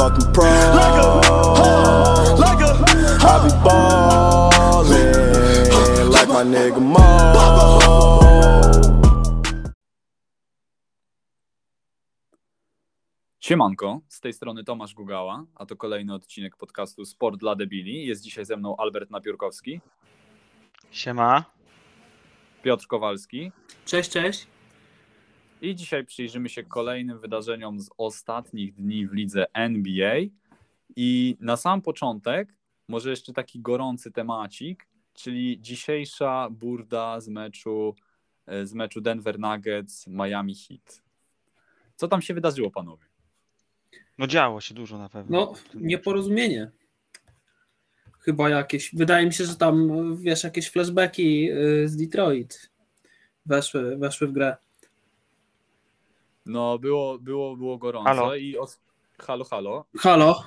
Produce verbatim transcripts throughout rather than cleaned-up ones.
fucking pro. I be ballin' like my nigga Mo. Siemanko, z tej strony Tomasz Gugała, a to kolejny odcinek podcastu Sport dla debili. Jest dzisiaj ze mną Albert Napiórkowski. Siema. Piotr Kowalski. Cześć, cześć. I dzisiaj przyjrzymy się kolejnym wydarzeniom z ostatnich dni w lidze N B A. I na sam początek może jeszcze taki gorący temacik, czyli dzisiejsza burda z meczu, z meczu Denver Nuggets Miami Heat. Co tam się wydarzyło, panowie? No działo się dużo na pewno. No, nieporozumienie. Chyba jakieś. Wydaje mi się, że tam, wiesz, jakieś flashbacki z Detroit weszły, weszły w grę. No, było, było, było gorąco. Halo. I os... Halo, halo. Halo.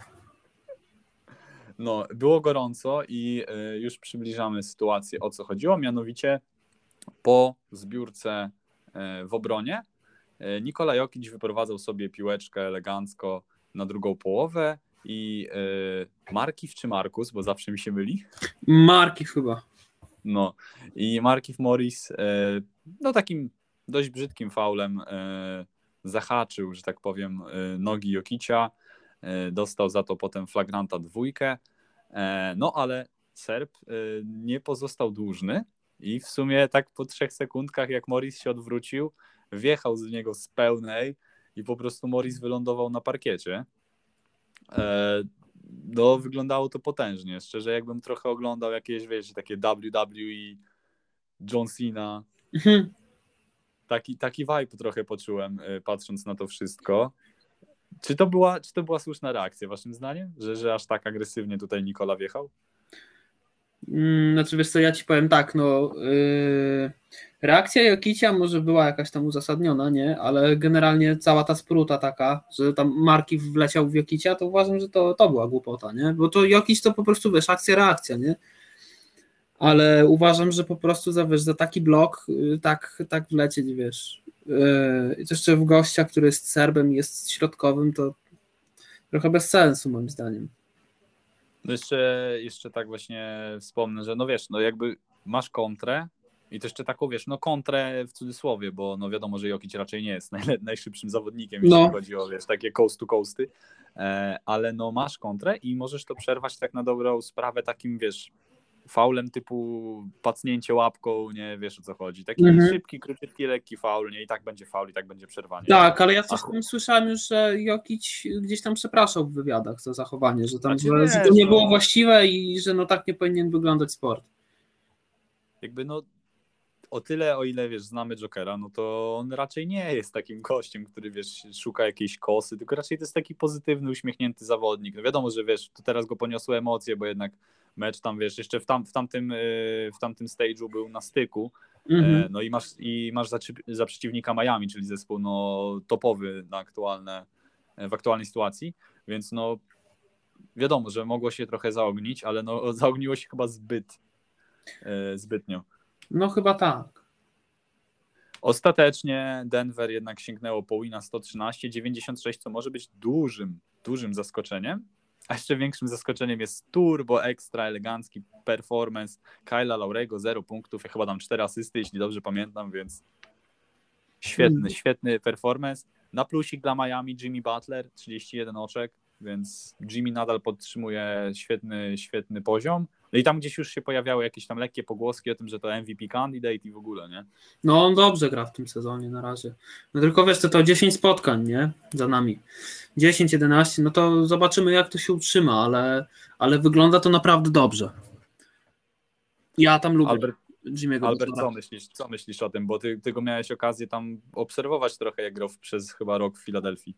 No, było gorąco i y, już przybliżamy sytuację, o co chodziło. Mianowicie po zbiórce y, w obronie y, Nikola Jokic wyprowadzał sobie piłeczkę elegancko na drugą połowę i y, Markieff czy Marcus, bo zawsze mi się myli. Markieff chyba. No i Markieff Morris y, no takim dość brzydkim faulem y, zahaczył, że tak powiem, y, nogi Jokicia. Dostał za to potem flagranta dwójkę, no ale Serb nie pozostał dłużny i w sumie tak po trzech sekundkach, jak Morris się odwrócił, wjechał z niego z pełnej i po prostu Morris wylądował na parkiecie. No, wyglądało to potężnie. Szczerze, jakbym trochę oglądał jakieś, wiesz, takie W W E, John Cena. Mhm. Taki, taki vibe trochę poczułem, patrząc na to wszystko. Czy to była, czy to była słuszna reakcja, waszym zdaniem? Że, że aż tak agresywnie tutaj Nikola wjechał? Znaczy, wiesz co, ja ci powiem tak, no yy, reakcja Jokicia może była jakaś tam uzasadniona, nie? Ale generalnie cała ta spruta taka, że tam Markieff wleciał w Jokicia, to uważam, że to, to była głupota, nie? Bo to Jokic to po prostu, wiesz, akcja, reakcja, nie? Ale uważam, że po prostu za, wiesz, za taki blok yy, tak, tak wlecieć, wiesz... I to jeszcze w gościa, który jest Serbem i jest środkowym, to trochę bez sensu, moim zdaniem. No jeszcze, jeszcze tak właśnie wspomnę, że no wiesz, no jakby masz kontrę i to jeszcze taką, wiesz, no kontrę w cudzysłowie, bo no wiadomo, że Jokic raczej nie jest naj, najszybszym zawodnikiem, jeśli no. chodzi o, wiesz, takie coast to coasty, ale no masz kontrę i możesz to przerwać tak na dobrą sprawę takim, wiesz, faulem typu pacnięcie łapką, nie wiesz o co chodzi. Taki mhm. szybki, króciutki, lekki faul, nie? I tak będzie faul, i tak będzie przerwanie. Tak, ale ja coś tam słyszałem już, że Jokic gdzieś tam przepraszał w wywiadach za zachowanie, że tam znaczy, że, że to nie było właściwe i że no tak nie powinien wyglądać sport. Jakby no o tyle, o ile wiesz, znamy Jokera, no to on raczej nie jest takim gościem, który wiesz, szuka jakiejś kosy, tylko raczej to jest taki pozytywny, uśmiechnięty zawodnik. No wiadomo, że wiesz, to teraz go poniosły emocje, bo jednak mecz tam, wiesz, jeszcze w, tam, w tamtym w tamtym stage'u był na styku, mm-hmm. no i masz, i masz za, za przeciwnika Miami, czyli zespół no, topowy na aktualne, w aktualnej sytuacji, więc no wiadomo, że mogło się trochę zaognić, ale no zaogniło się chyba zbyt zbytnio. No chyba tak. Ostatecznie Denver jednak sięgnęło po wina sto trzynaście dziewięćdziesiąt sześć, co może być dużym, dużym zaskoczeniem. A jeszcze większym zaskoczeniem jest turbo ekstra elegancki performance Kyla Laurego, zero punktów, ja chyba dam cztery asysty, jeśli dobrze pamiętam, więc świetny, mm. świetny performance. Na plusik dla Miami Jimmy Butler, trzydzieści jeden oczek, więc Jimmy nadal podtrzymuje świetny, świetny poziom. No i tam gdzieś już się pojawiały jakieś tam lekkie pogłoski o tym, że to M V P candidate i w ogóle, nie? No on dobrze gra w tym sezonie na razie. No tylko wiesz, to to dziesięć spotkań, nie? Za nami. dziesięć jedenaście, no to zobaczymy jak to się utrzyma, ale, ale wygląda to naprawdę dobrze. Ja tam lubię Albert, Jimmy'ego. Albert, co myślisz, co myślisz o tym? Bo ty, ty go miałeś okazję tam obserwować trochę, jak grał przez chyba rok w Filadelfii.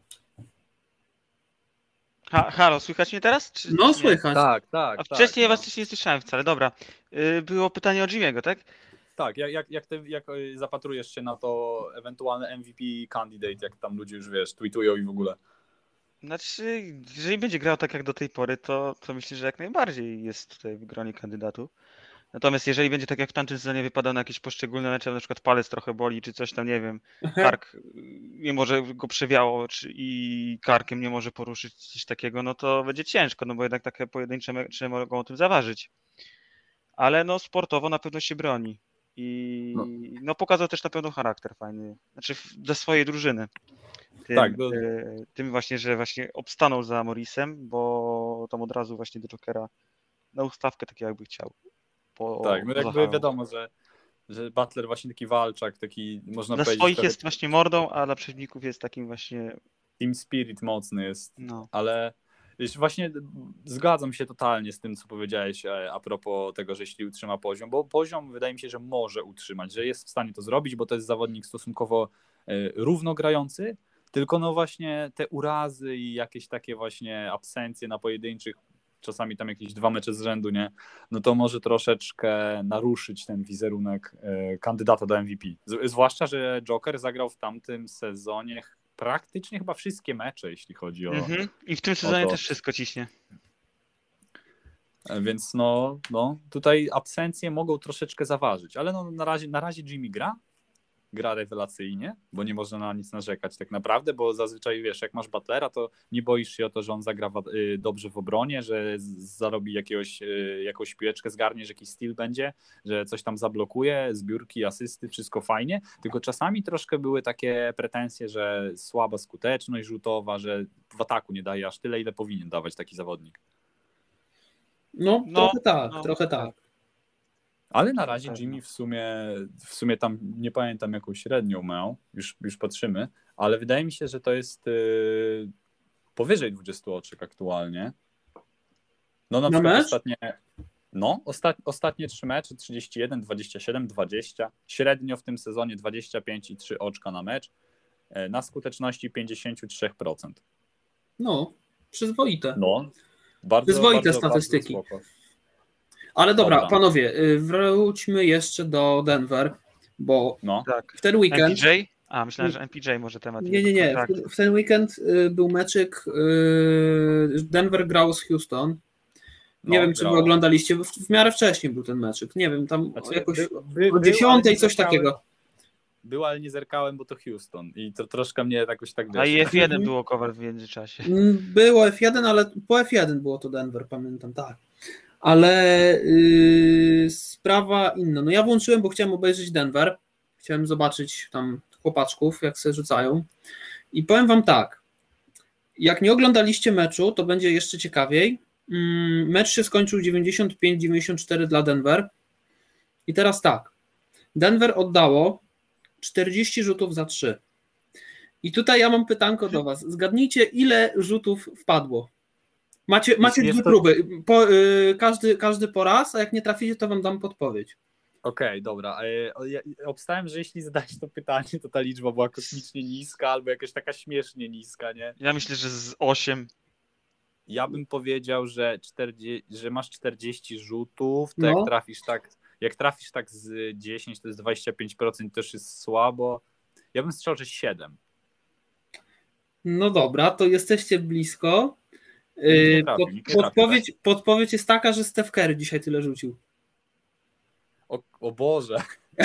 Ha, halo, słychać mnie teraz? Czy, no czy słychać. Tak, tak. A wcześniej tak, ja was no. wcześniej nie słyszałem wcale, dobra. Yy, było pytanie o Jimmy'ego, tak? Tak, jak, jak, jak, ty, jak zapatrujesz się na to ewentualny M V P candidate, jak tam ludzie już, wiesz, tweetują i w ogóle? Znaczy, jeżeli będzie grał tak jak do tej pory, to, to myślę, że jak najbardziej jest tutaj w gronie kandydatów. Natomiast jeżeli będzie tak jak w tamtym sezonie wypadał na jakieś poszczególne mecze, na przykład palec trochę boli, czy coś tam, nie wiem, kark nie może go przewiało, czy i karkiem nie może poruszyć, coś takiego, no to będzie ciężko, no bo jednak takie pojedyncze mecze mogą o tym zaważyć. Ale no sportowo na pewno się broni. I No. no pokazał też na pewno charakter fajny, znaczy ze swojej drużyny. Tym, Tak, do- y, tym właśnie, że właśnie obstanął za Morrisem, bo tam od razu właśnie do Jokera na ustawkę tak jakby chciał. Po, Tak, no poza jakby Harą. wiadomo, że, że Butler właśnie taki walczak, taki można Dla powiedzieć swoich trochę jest właśnie mordą, a dla przeciwników jest takim właśnie, team spirit mocny jest, no. ale wiesz, właśnie zgadzam się totalnie z tym, co powiedziałeś e, a propos tego, że jeśli utrzyma poziom, bo poziom wydaje mi się, że może utrzymać, że jest w stanie to zrobić, bo to jest zawodnik stosunkowo e, równo grający, tylko no właśnie te urazy i jakieś takie właśnie absencje na pojedynczych, czasami tam jakieś dwa mecze z rzędu, nie, no to może troszeczkę naruszyć ten wizerunek e, kandydata do M V P. Z, zwłaszcza, że Joker zagrał w tamtym sezonie praktycznie chyba wszystkie mecze, jeśli chodzi o... Mhm. I w tym sezonie to- też wszystko ciśnie. Więc no, no, tutaj absencje mogą troszeczkę zaważyć, ale no na razie, na razie Jimmy gra, gra rewelacyjnie, bo nie można na nic narzekać tak naprawdę, bo zazwyczaj wiesz, jak masz Butlera, to nie boisz się o to, że on zagra w, y, dobrze w obronie, że z, zarobi jakiegoś, y, jakąś piłeczkę, zgarnie, że jakiś steal będzie, że coś tam zablokuje, zbiórki, asysty, wszystko fajnie, tylko czasami troszkę były takie pretensje, że słaba skuteczność rzutowa, że w ataku nie daje aż tyle, ile powinien dawać taki zawodnik. No, No, trochę tak, no, trochę tak. tak. Ale na razie Pewno. Jimmy w sumie, w sumie tam nie pamiętam jaką średnią miał, już, już patrzymy, ale wydaje mi się, że to jest yy, powyżej dwudziestu oczek aktualnie. No na Na przykład mecz? ostatnie, no ostat, ostatnie trzy mecze, trzydzieści jeden, dwadzieścia siedem, dwadzieścia, średnio w tym sezonie dwadzieścia pięć i trzy oczka na mecz, yy, na skuteczności pięćdziesiąt trzy procent. No, przyzwoite. No, bardzo, Przyzwoite bardzo, statystyki. Bardzo spoko. Ale dobra, Dobra. panowie, y, wróćmy jeszcze do Denver, bo No, Tak. w ten weekend... M P J? A, myślałem, że M P J może temat. Nie, nie, nie. Tak. W, w ten weekend y, był meczyk, y, Denver grał z Houston. Nie No, wiem, czy grało. wy oglądaliście, w, w miarę wcześniej był ten meczyk. Nie wiem, tam Znaczy, jakoś by- by- o był, dziesiątej ale nie coś zerkałem. takiego. Był, ale nie zerkałem, bo to Houston i to troszkę mnie jakoś tak A i wiesz. F jeden było cover w międzyczasie. Mm, Było F jeden, ale po F jeden było to Denver, pamiętam, tak. Ale yy, sprawa inna. No ja włączyłem, bo chciałem obejrzeć Denver. Chciałem zobaczyć tam chłopaczków, jak se rzucają. I powiem wam tak. Jak nie oglądaliście meczu, to będzie jeszcze ciekawiej. Mm, Mecz się skończył dziewięćdziesiąt pięć dziewięćdziesiąt cztery dla Denver. I teraz tak. Denver oddało czterdzieści rzutów za trzy. I tutaj ja mam pytanko do was. Zgadnijcie, ile rzutów wpadło. Macie, macie jest dwie to- próby. Po, y, każdy, każdy po raz, a jak nie traficie, to wam dam podpowiedź. Okej, dobra. E, o, ja obstałem, że jeśli zadać to pytanie, to ta liczba była kosmicznie niska albo jakaś taka śmiesznie niska, nie? Ja myślę, że z osiem. Ja bym powiedział, że, czterdzieści, że masz czterdzieści rzutów, to No. jak trafisz tak, jak trafisz tak z dziesięć, to jest dwadzieścia pięć procent, też jest słabo. Ja bym strzelał, że siedem. No dobra, to jesteście blisko. Nikt nie Y, trafi, pod, nikt nie trafi, podpowiedź, podpowiedź jest taka, że Steph Curry dzisiaj tyle rzucił. O, o Boże.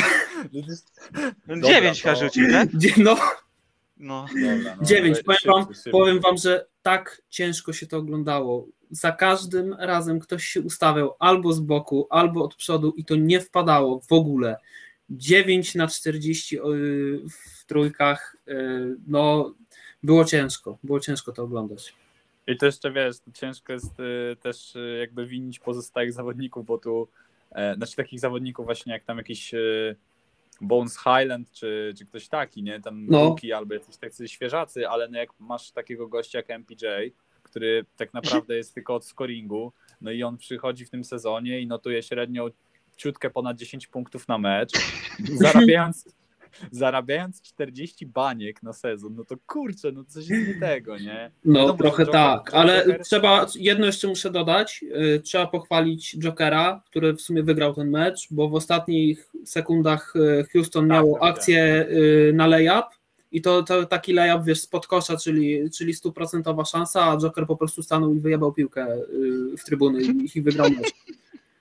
Dobra, Dziewięć to- chyba rzucił, tak? Gdzie- No, No. Dobra, no, dziewięć. Powiem szybciej, wam, szybciej. powiem wam, że tak ciężko się to oglądało. Za każdym razem ktoś się ustawiał albo z boku, albo od przodu i to nie wpadało w ogóle. dziewięć na czterdzieści y, w trójkach, y, no było ciężko, było ciężko to oglądać. I to jeszcze wiesz, to ciężko jest y, też y, jakby winić pozostałych zawodników, bo tu, e, znaczy takich zawodników właśnie jak tam jakiś y, Bones Highland czy, czy ktoś taki, nie, tam No. Rookie albo jacyś tacy świeżacy, ale no jak masz takiego gościa jak M P J, który tak naprawdę jest tylko od scoringu, no i on przychodzi w tym sezonie i notuje średnią ciutkę ponad dziesięć punktów na mecz, zarabiając zarabiając czterdzieści baniek na sezon, no to kurczę, no coś jest nie tego, nie? No Wiadomo, trochę że Joker- tak, ale Joker- trzeba, jedno jeszcze muszę dodać, y, trzeba pochwalić Jokera, który w sumie wygrał ten mecz, bo w ostatnich sekundach y, Houston Tak, miało tak, akcję y, na layup i to, to taki layup, wiesz, spod kosza, czyli, czyli stuprocentowa szansa, a Joker po prostu stanął i wyjebał piłkę y, w trybuny i, i wygrał mecz.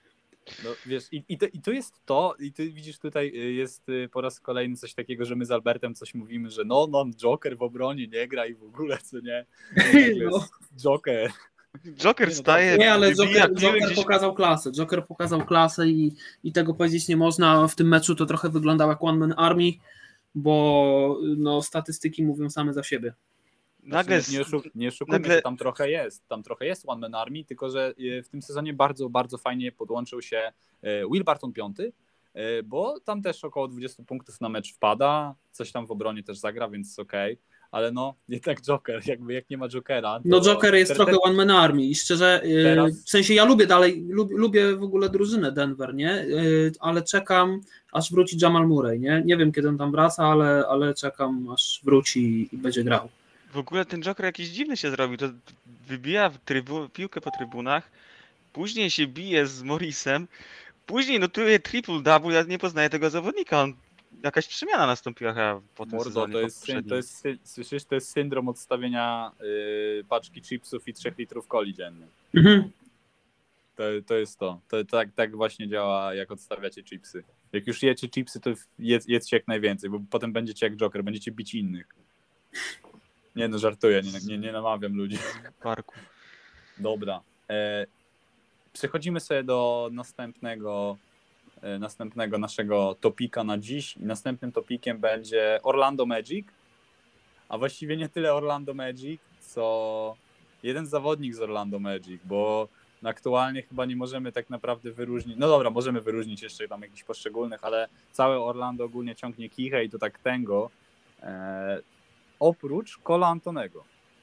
No wiesz, i, i, to, i tu jest to, i ty widzisz tutaj jest po raz kolejny coś takiego, że my z Albertem coś mówimy, że no, no, Joker w obronie nie gra i w ogóle, co nie? I No. Joker. Joker Nie, no staje, dobrze. Nie, ale wybija Joker, piłę Joker gdzieś... pokazał klasę. Joker pokazał klasę i, i tego powiedzieć nie można. W tym meczu to trochę wyglądał jak One Man Army, bo no, statystyki mówią same za siebie. Nagle... Znaczy, nie, nie, oszu- nie oszukujmy nagle- się, tam trochę jest, tam trochę jest One Man Army, tylko że w tym sezonie bardzo, bardzo fajnie podłączył się Will Barton piąty, bo tam też około dwadzieścia punktów na mecz wpada, coś tam w obronie też zagra, więc okej. Okay. Ale no, jednak Joker, jakby jak nie ma Jokera... To No Joker jest te, trochę te... One Man Army i szczerze, Teraz... w sensie ja lubię dalej, lubię, lubię w ogóle drużynę Denver, nie? Ale czekam, aż wróci Jamal Murray, nie? Nie wiem, kiedy on tam wraca, ale, ale czekam, aż wróci i będzie grał. W ogóle ten Joker jakiś dziwny się zrobił, to wybija trybu- piłkę po trybunach, później się bije z Morrisem, później notuje triple-double, ja nie poznaję tego zawodnika, on... Jakaś przemiana nastąpiła chyba po tym Mordo, sezonie to jest, poprzednim. to jest, słyszysz, to jest syndrom odstawienia yy, paczki chipsów i trzech litrów coli dziennie. Mhm. To, to jest to. to tak, tak właśnie działa, jak odstawiacie chipsy. Jak już jecie chipsy, to jedz, jedzcie jak najwięcej, bo potem będziecie jak Joker, będziecie bić innych. Nie no, żartuję, nie, nie, nie namawiam ludzi. W parku. Dobra. E, przechodzimy sobie do następnego następnego naszego topika na dziś i następnym topikiem będzie Orlando Magic, a właściwie nie tyle Orlando Magic, co jeden zawodnik z Orlando Magic, bo aktualnie chyba nie możemy tak naprawdę wyróżnić, no dobra, możemy wyróżnić jeszcze tam jakichś poszczególnych, ale całe Orlando ogólnie ciągnie kichę i to tak tęgo, e, oprócz Cola Antonego.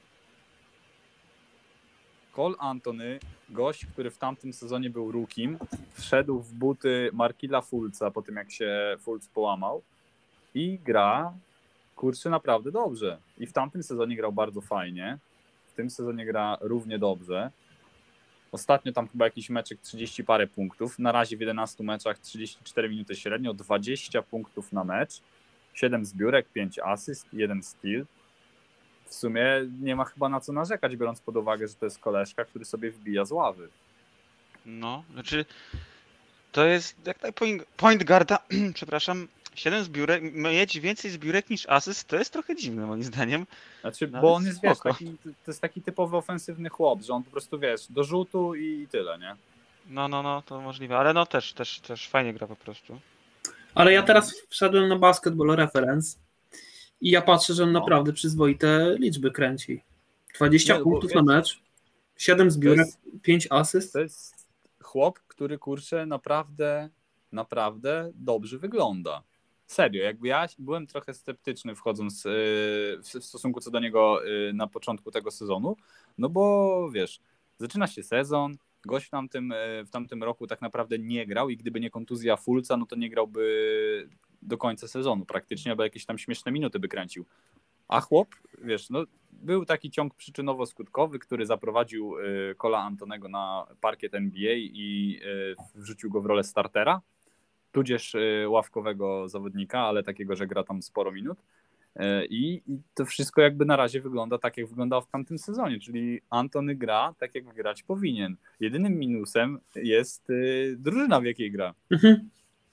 Cole Anthony, gość, który w tamtym sezonie był rookiem, wszedł w buty Markilla Fultza po tym, jak się Fultz połamał i gra, kurczę, naprawdę dobrze. I w tamtym sezonie grał bardzo fajnie, w tym sezonie gra równie dobrze. Ostatnio tam chyba jakiś meczek trzydzieści parę punktów, na razie w jedenastu meczach trzydzieści cztery minuty średnio, dwadzieścia punktów na mecz, siedem zbiórek, pięć asyst, jeden steal. W sumie nie ma chyba na co narzekać, biorąc pod uwagę, że to jest koleżka, który sobie wbija z ławy. No, znaczy to jest jak tak point, point guarda, przepraszam, siedem zbiórek, mieć więcej zbiórek niż asyst, to jest trochę dziwne moim zdaniem. Znaczy, No, bo ale on jest, wiesz, spoko. taki, to jest taki typowy ofensywny chłop, że on po prostu, wiesz, do rzutu i tyle, nie? No, no, no, to możliwe, ale no też, też, też fajnie gra po prostu. Ale ja teraz wszedłem na Basketball Reference i ja patrzę, że on naprawdę przyzwoite liczby kręci. dwadzieścia Nie, no bo punktów wiesz, na mecz, siedem zbiórek, jest- pięć asyst. To jest chłop, który, kurczę, naprawdę, naprawdę dobrze wygląda. Serio, jakby ja byłem trochę sceptyczny wchodząc yy, w w stosunku co do niego yy, na początku tego sezonu, no bo wiesz, zaczyna się sezon, gość w tamtym, yy, w tamtym roku tak naprawdę nie grał i gdyby nie kontuzja Fulca, no to nie grałby do końca sezonu praktycznie, albo jakieś tam śmieszne minuty by kręcił. A chłop, wiesz, no był taki ciąg przyczynowo-skutkowy, który zaprowadził y, Cola Antonego na parkiet N B A i y, wrzucił go w rolę startera, tudzież y, ławkowego zawodnika, ale takiego, że gra tam sporo minut. Y, I i to wszystko jakby na razie wygląda tak, jak wyglądało w tamtym sezonie, czyli Antony gra tak, jak grać powinien. Jedynym minusem jest y, drużyna, w jakiej gra. Mhm.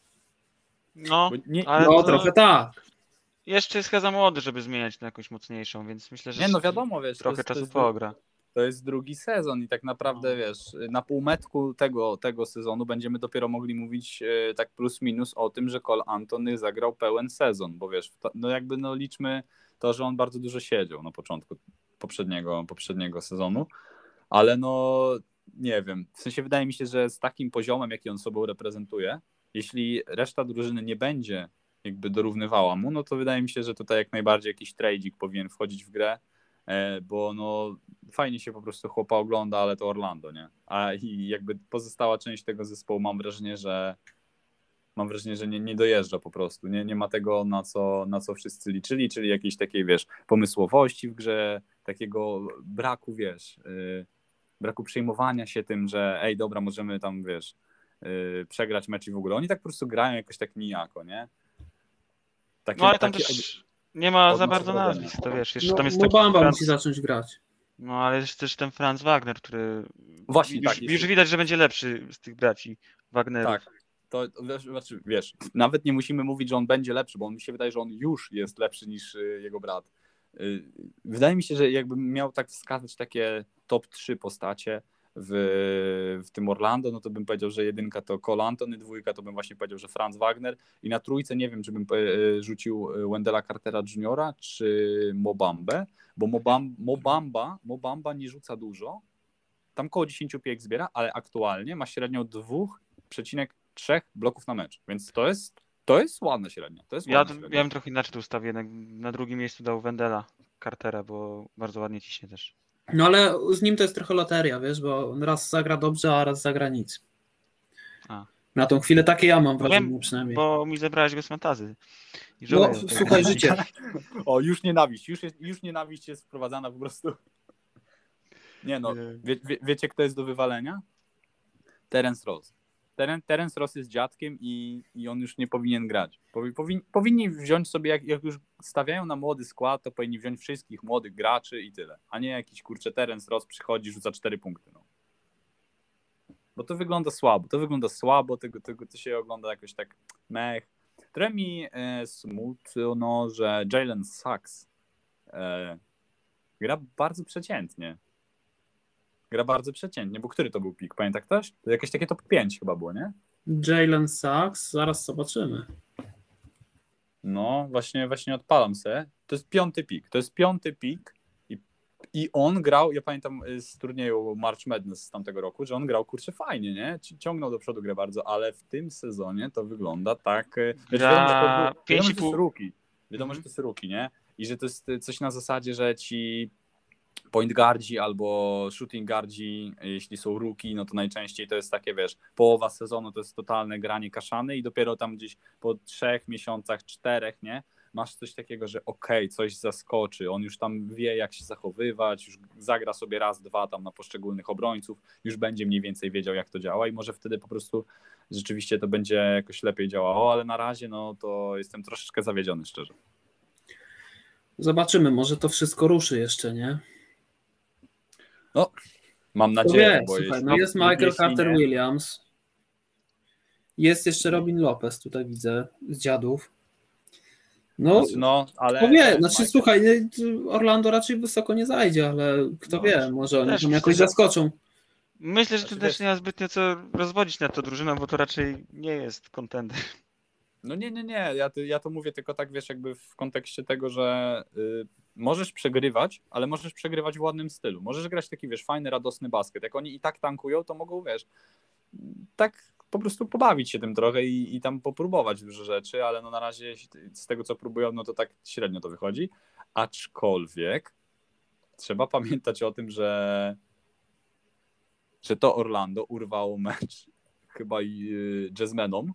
No, Bo nie, ale No to trochę tak. jeszcze jest chyba za młody, żeby zmieniać na jakąś mocniejszą, więc myślę, że nie, no wiadomo, wiesz, to trochę jest, to czasu jest, pogra. To jest drugi sezon i tak naprawdę, No. wiesz, na półmetku tego, tego sezonu będziemy dopiero mogli mówić e, tak plus minus o tym, że Cole Anthony zagrał pełen sezon, bo wiesz, to, no jakby no liczmy to, że on bardzo dużo siedział na początku poprzedniego, poprzedniego sezonu, ale no nie wiem, w sensie wydaje mi się, że z takim poziomem, jaki on sobą reprezentuje, jeśli reszta drużyny nie będzie jakby dorównywała mu, no to wydaje mi się, że tutaj jak najbardziej jakiś trade'ik powinien wchodzić w grę, bo no fajnie się po prostu chłopa ogląda, ale to Orlando, nie? A i jakby pozostała część tego zespołu mam wrażenie, że mam wrażenie, że nie, nie dojeżdża po prostu, nie, nie ma tego, na co, na co wszyscy liczyli, czyli jakiejś takiej, wiesz, pomysłowości w grze, takiego braku, wiesz, yy, braku przejmowania się tym, że ej, dobra, możemy tam, wiesz, yy, przegrać mecz i w ogóle. Oni tak po prostu grają jakoś tak nijako, nie? Takie, No ale tam takie... też nie ma za odnośnie bardzo wrażenia. nazwisk, to wiesz, jeszcze No, tam jest no taki Bamba Franc- musi zacząć grać. No ale jest też ten Franz Wagner, który Właśnie, już, tak, już jeśli- widać, że będzie lepszy z tych braci Wagnerów. Tak. To wiesz, znaczy, wiesz, nawet nie musimy mówić, że on będzie lepszy, bo on mi się wydaje, że on już jest lepszy niż y, jego brat. Y, Wydaje mi się, że jakbym miał tak wskazać takie top trzy postacie w, w tym Orlando, no to bym powiedział, że jedynka to Cole Anthony, dwójka to bym właśnie powiedział, że Franz Wagner i na trójce nie wiem, czy bym y, rzucił Wendella Cartera juniora czy Mobambę, bo Mobam, Mobamba, Mobamba nie rzuca dużo, tam koło dziesięć piek zbiera, ale aktualnie ma średnią dwa przecinek trzy bloków na mecz, więc to jest, to jest ładna średnia. To jest Ja, ładna ja średnia. bym trochę inaczej to ustawił, na, na drugim miejscu dał Wendella Cartera, bo bardzo ładnie ciśnie też. No ale z nim to jest trochę loteria, wiesz, bo on raz zagra dobrze, a raz zagra nic. A. Na tą chwilę takie ja mam Wiem, wrażenie przynajmniej. bo mi zebrałeś go z fantazy. I No, żałuję tego. słuchaj, życie. O, już nienawiść, już, jest, już nienawiść jest wprowadzana po prostu. Nie no, wie, wie, wiecie kto jest do wywalenia? Terence Ross. Teren, Terence Ross jest dziadkiem i, i on już nie powinien grać. Powi, powin, powinni wziąć sobie, jak, jak już stawiają na młody skład, to powinni wziąć wszystkich młodych graczy i tyle. A nie jakiś kurczę Terence Ross przychodzi, rzuca cztery punkty. No. Bo to wygląda słabo, to wygląda słabo, tego, tego to się ogląda jakoś tak mech. Trochę mi e, smutno, że Jalen Sachs e, gra bardzo przeciętnie. Gra bardzo przeciętnie, bo który to był pik? Pamięta ktoś? To jakieś takie top pięć chyba było, nie? Jalen Sachs, zaraz zobaczymy. No, właśnie, właśnie odpalam se. To jest piąty pik. To jest piąty pik i, i on grał, ja pamiętam z turnieju March Madness z tamtego roku, że on grał kurczę fajnie, nie? Ciągnął do przodu grę bardzo, ale w tym sezonie to wygląda tak... Wiesz, wiadomo, że to, wiadomo, że to jest rookie. Wiadomo, że to jest rookie, nie? I że to jest coś na zasadzie, że ci point guardzi albo shooting guardzi, jeśli są rookie, no to najczęściej to jest takie, wiesz, połowa sezonu to jest totalne granie kaszany i dopiero tam gdzieś po trzech miesiącach, czterech, nie? Masz coś takiego, że okej, okay, coś zaskoczy, on już tam wie, jak się zachowywać, już zagra sobie raz, dwa tam na poszczególnych obrońców, już będzie mniej więcej wiedział, jak to działa i może wtedy po prostu rzeczywiście to będzie jakoś lepiej działało, ale na razie no to jestem troszeczkę zawiedziony, szczerze. Zobaczymy, może to wszystko ruszy jeszcze, nie? No, mam To nadzieję, wie, bo słuchaj, jeśli, no jest Michael jeśli Carter nie, Williams. Jest jeszcze Robin Lopez, tutaj widzę, z dziadów. No, Znaczy, no, ale... kto wie, ale znaczy Michael- słuchaj, Orlando raczej wysoko nie zajdzie, ale kto No, wie, może oni też tam jakoś myślę, że- zaskoczą. Myślę, że tu Znaczy, też wiesz- nie ma zbytnio co rozwodzić nad tą drużyną, bo to raczej nie jest kontender. No nie, nie, nie, ja, to- ja to mówię tylko tak, wiesz, jakby w kontekście tego, że y, możesz przegrywać, ale możesz przegrywać w ładnym stylu. Możesz grać taki, wiesz, fajny, radosny basket. Jak oni i tak tankują, to mogą, wiesz, tak po prostu pobawić się tym trochę i, i tam popróbować dużo rzeczy, ale no na razie z tego, co próbują, no to tak średnio to wychodzi. Aczkolwiek trzeba pamiętać o tym, że że to Orlando urwało mecz chyba i y, Jazzmenom.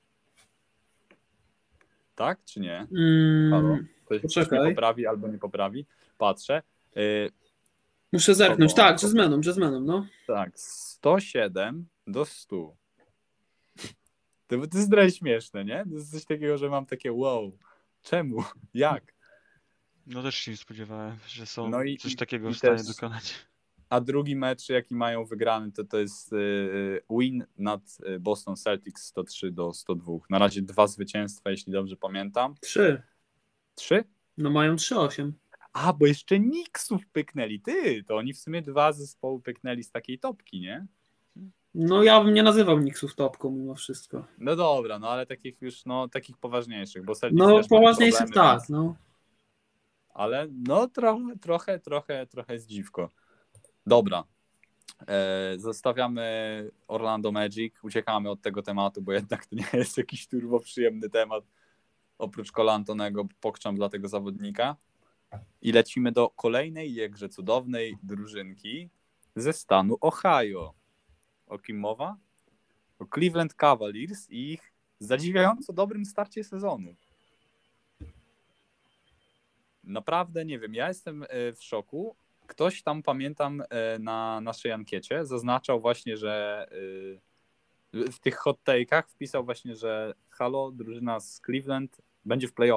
Tak, czy nie? Halo? Mm, Ktoś, ktoś poczekaj. mnie poprawi albo nie poprawi. Patrzę. Y, muszę zerknąć, Kogo? tak, jazzmenom, jazzmenom, no. tak, sto siedem do stu. To, to jest trochę śmieszne, nie? To jest coś takiego, że mam takie wow. Czemu? Jak? No też się nie spodziewałem, że są No i- coś i- takiego i w stanie też- dokonać. A drugi mecz, jaki mają wygrany, to to jest y, win nad y, Boston Celtics sto trzy do sto dwa. Na razie dwa zwycięstwa, jeśli dobrze pamiętam. Trzy. Trzy? No mają trzy osiem. A, bo jeszcze Knicksów pyknęli. Ty, to oni w sumie dwa zespoły pyknęli z takiej topki, nie? No ja bym nie nazywał Knicksów topką mimo wszystko. No dobra, no ale takich już, no takich poważniejszych, bo Celtics No też mają poważniejszych problemy, tak, więc- no. Ale no trochę, trochę, trochę, trochę jest dziwko. Dobra. E, zostawiamy Orlando Magic, uciekamy od tego tematu, bo jednak to nie jest jakiś turbo przyjemny temat. Oprócz Cola Antonego pokczam dla tego zawodnika. I lecimy do kolejnej jakże cudownej drużynki ze stanu Ohio. O kim mowa? O Cleveland Cavaliers i ich zadziwiająco dobrym starcie sezonu. Naprawdę nie wiem, ja jestem e, w szoku. Ktoś tam, pamiętam, e, na naszej ankiecie zaznaczał właśnie, że e, w tych hot take'ach wpisał właśnie, że halo, drużyna z Cleveland będzie w playoffach.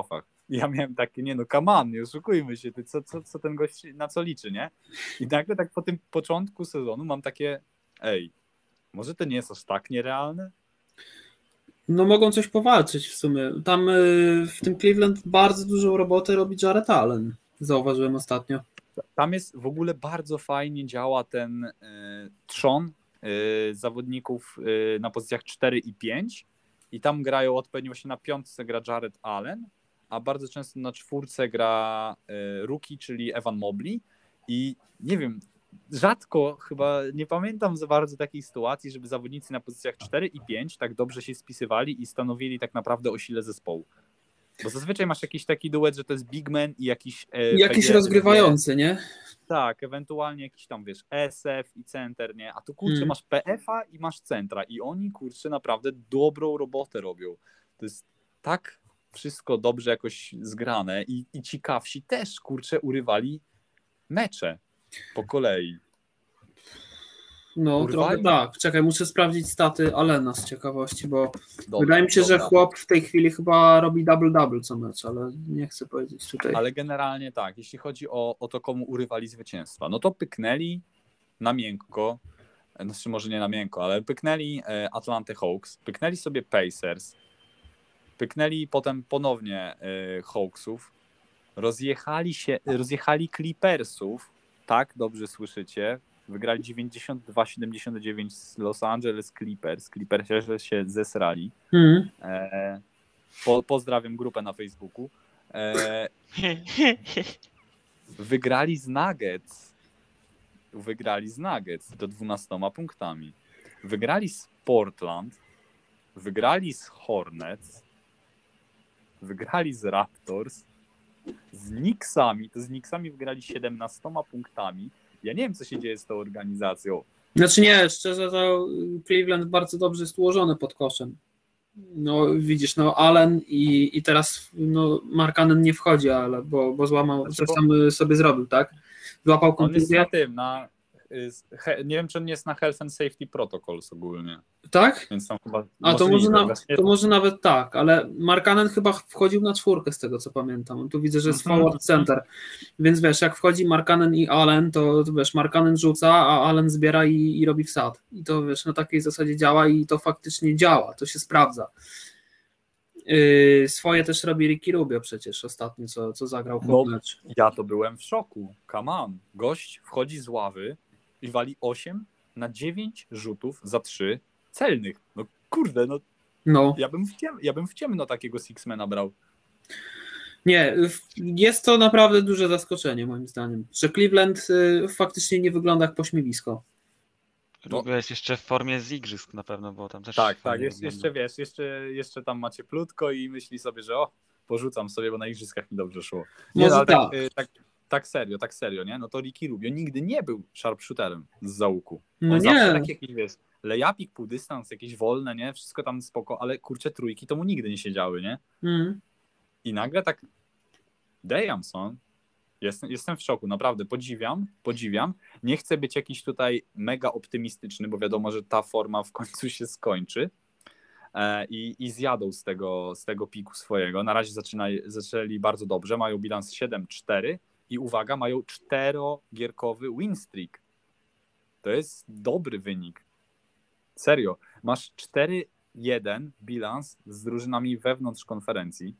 ja miałem takie, nie no, come on, nie oszukujmy się, ty, co, co, co ten gość na co liczy, nie? I nagle tak po tym początku sezonu mam takie, ej, może to nie jest aż tak nierealne? No mogą coś powalczyć w sumie. Tam y, w tym Cleveland bardzo dużą robotę robi Jarrett Allen. Zauważyłem ostatnio. Tam jest w ogóle bardzo fajnie działa ten y, trzon y, zawodników y, na pozycjach cztery i pięć i tam grają odpowiednio właśnie na piątce gra Jarrett Allen, a bardzo często na czwórce gra y, rookie, czyli Evan Mobley i nie wiem, rzadko chyba nie pamiętam za bardzo takiej sytuacji, żeby zawodnicy na pozycjach cztery i pięć tak dobrze się spisywali i stanowili tak naprawdę o sile zespołu. Bo zazwyczaj masz jakiś taki duet, że to jest big man i jakiś... E, Jakiś P G, rozgrywający, nie? Tak, ewentualnie jakiś tam, wiesz, S F i center, nie? A tu, kurczę, Hmm. masz P F-a i masz centra i oni, kurczę, naprawdę dobrą robotę robią. To jest tak wszystko dobrze jakoś zgrane i, i ciekawsi też, kurczę, urywali mecze po kolei. No, Urwali. trochę tak. Czekaj, muszę sprawdzić staty Allena z ciekawości, bo Dobra, wydaje mi się, dobra. że chłop w tej chwili chyba robi double-double co mecz, ale nie chcę powiedzieć tutaj. Ale generalnie tak, jeśli chodzi o, o to, komu urywali zwycięstwa, no to pyknęli na miękko, znaczy może nie na miękko, ale pyknęli Atlanta Hawks, pyknęli sobie Pacers, pyknęli potem ponownie Hawksów, rozjechali się, rozjechali Clippersów, tak, dobrze słyszycie, wygrali dziewięćdziesiąt dwa siedemdziesiąt dziewięć z Los Angeles Clippers, Clippersi się zesrali. Hmm. E, po, pozdrawiam grupę na Facebooku. E, wygrali z Nuggets. Wygrali z Nuggets do dwunastoma punktami. Wygrali z Portland. Wygrali z Hornets. Wygrali z Raptors. Z Knicksami. To z Knicksami wygrali siedemnastoma punktami. Ja nie wiem, co się dzieje z tą organizacją. Znaczy nie, szczerze to Cleveland bardzo dobrze jest ułożony pod koszem. No widzisz, no Allen i, i teraz no, Markkanen nie wchodzi, ale bo, bo złamał, Znaczy, coś bo- tam sobie zrobił, tak? Złapał On jest na kontuzję, tym, na... he- Nie wiem, czy on jest na Health and Safety Protocols ogólnie. tak? Więc tam chyba... A to może, możliwe. na, Właśnie- to może nawet tak, ale Markkanen chyba wchodził na czwórkę z tego co pamiętam. Tu widzę, że jest Mhm. forward center. Więc wiesz, jak wchodzi Markkanen i Allen, to, to wiesz, Markkanen rzuca, a Allen zbiera i, i robi wsad. I to wiesz, na takiej zasadzie działa i to faktycznie działa, to się sprawdza. Yy, swoje też robi Ricky Rubio przecież ostatnio, co, co zagrał No. mecz. Ja to byłem w szoku. Come on. Gość wchodzi z ławy i wali osiem na dziewięć rzutów za trzy celnych. No kurde, no No. ja bym w, ciem, ja bym w ciemno takiego Sixmana brał. Nie, w- jest to naprawdę duże zaskoczenie moim zdaniem, że Cleveland y, faktycznie nie wygląda jak pośmiewisko. Rubio jest jeszcze w formie z igrzysk na pewno, bo tam też Tak, tak, fajnie jest, wygląda. jeszcze wiesz, jeszcze, jeszcze tam macie plutko i myśli sobie, że o, porzucam sobie, bo na igrzyskach mi dobrze szło. Nie, Może no, ale tak, tak. y, tak, tak serio, tak serio, nie? No to Ricky Rubio nigdy nie był sharpshooterem z załuku. No On nie. zawsze taki jakiś, wiesz, lejapik, pół dystans, jakieś wolne, nie? Wszystko tam spoko, ale kurczę, trójki to mu nigdy nie siedziały, nie? Mm. I nagle tak damn son, jestem, jestem w szoku, naprawdę, podziwiam, podziwiam. Nie chcę być jakiś tutaj mega optymistyczny, bo wiadomo, że ta forma w końcu się skończy e, i, i zjadą z tego, z tego piku swojego. Na razie zaczyna, zaczęli bardzo dobrze, mają bilans siedem cztery i uwaga, mają czterogierkowy win streak. To jest dobry wynik. Serio, masz cztery jeden bilans z drużynami wewnątrz konferencji.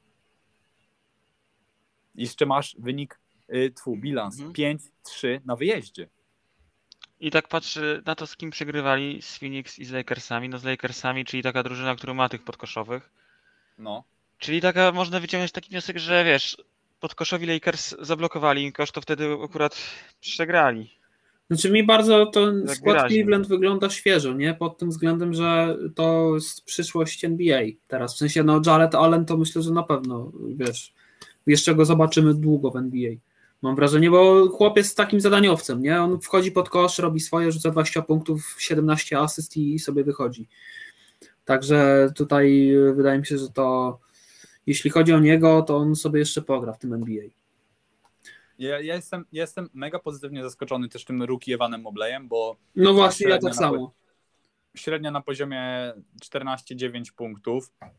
Jeszcze masz wynik, y, twój bilans Mhm. pięć trzy na wyjeździe. I tak patrzy na to, z kim przegrywali, z Phoenix i z Lakersami. No z Lakersami, czyli taka drużyna, która ma tych podkoszowych. No. Czyli taka, można wyciągnąć taki wniosek, że wiesz, podkoszowi Lakers zablokowali im kosz, to wtedy akurat przegrali. Znaczy mi bardzo ten Tak skład wyraźnie. Cleveland wygląda świeżo, nie? Pod tym względem, że to jest przyszłość N B A teraz. W sensie, no Jarrett Allen to myślę, że na pewno, wiesz, jeszcze go zobaczymy długo w N B A. Mam wrażenie, bo chłop jest takim zadaniowcem, nie? On wchodzi pod kosz, robi swoje, rzuca dwadzieścia punktów, siedemnaście asyst i sobie wychodzi. Także tutaj wydaje mi się, że to jeśli chodzi o niego, to on sobie jeszcze pogra w tym N B A. Ja, ja, jestem, ja jestem mega pozytywnie zaskoczony też tym rookie Evanem Mobleyem, bo No właśnie, ja średnia tak na samo. średnia na poziomie czternaście dziewięć punktów.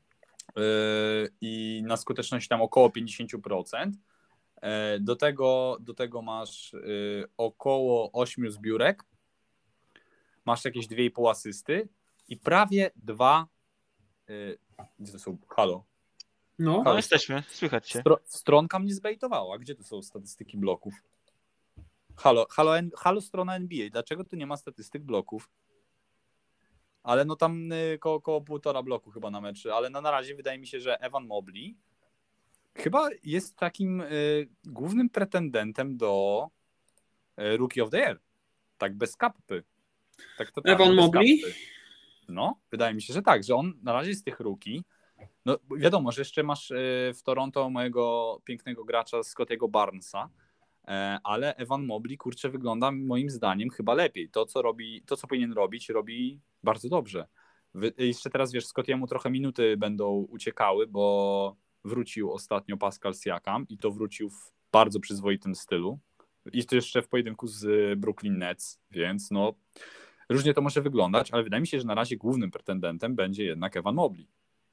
i na skuteczność tam około pięćdziesiąt procent. Do tego, do tego masz około ośmiu zbiórek, masz jakieś dwie i pół asysty i prawie dwa... Gdzie to są? Halo? No, No jesteśmy, słychać cię. Stro, stronka mnie zbejtowała. Gdzie tu są statystyki bloków? Halo, halo, halo strona N B A. Dlaczego tu nie ma statystyk bloków? Ale no tam y, koło, koło półtora bloku chyba na mecz. Ale no na razie wydaje mi się, że Evan Mobley chyba jest takim y, głównym pretendentem do y, Rookie of the Year. Tak bez kapy. Tak totalnie Evan bez Mobley? kapy. No, wydaje mi się, że tak, że on na razie z tych rookie. No wiadomo, że jeszcze masz y, w Toronto mojego pięknego gracza Scottiego Barnesa, ale Evan Mobley, kurczę, wygląda moim zdaniem chyba lepiej. To, co robi, to, co powinien robić, robi bardzo dobrze. Wy, jeszcze teraz, wiesz, Scottiemu trochę minuty będą uciekały, bo wrócił ostatnio Pascal Siakam i to wrócił w bardzo przyzwoitym stylu. I to jeszcze w pojedynku z Brooklyn Nets, więc no różnie to może wyglądać, ale wydaje mi się, że na razie głównym pretendentem będzie jednak Evan Mobley.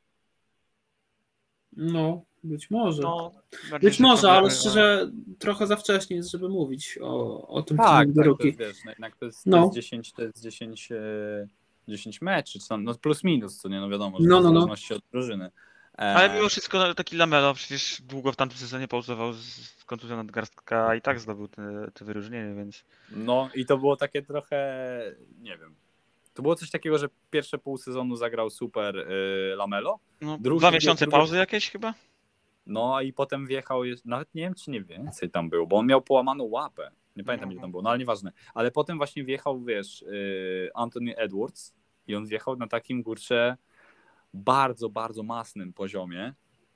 No, być może. No, być może, problemy, ale szczerze trochę za wcześnie jest, żeby mówić o, o tym, tak, kto tak, rookie. to jest, wiesz, no jednak to jest, to No. jest dziesięć, to jest dziesięć, dziesięć meczy, czy tam, no plus minus, co nie, no wiadomo, że No, to no, w no. zależności od drużyny. E, Ale mimo wszystko taki Lamelo przecież długo w tamtym sezonie pauzował z, z kontuzją nadgarstka i tak zdobył te, te wyróżnienie, więc... No i to było takie trochę, nie wiem, to było coś takiego, że pierwsze pół sezonu zagrał super y, Lamelo. No, Drugi- dwa miesiące drugie- pauzy jakieś chyba? No i potem wjechał, nawet nie wiem czy nie więcej tam było, bo on miał połamaną łapę. Nie pamiętam ile tam było, no ale nieważne. Ale potem właśnie wjechał, wiesz, yy, Anthony Edwards i on wjechał na takim, kurczę, bardzo, bardzo masnym poziomie.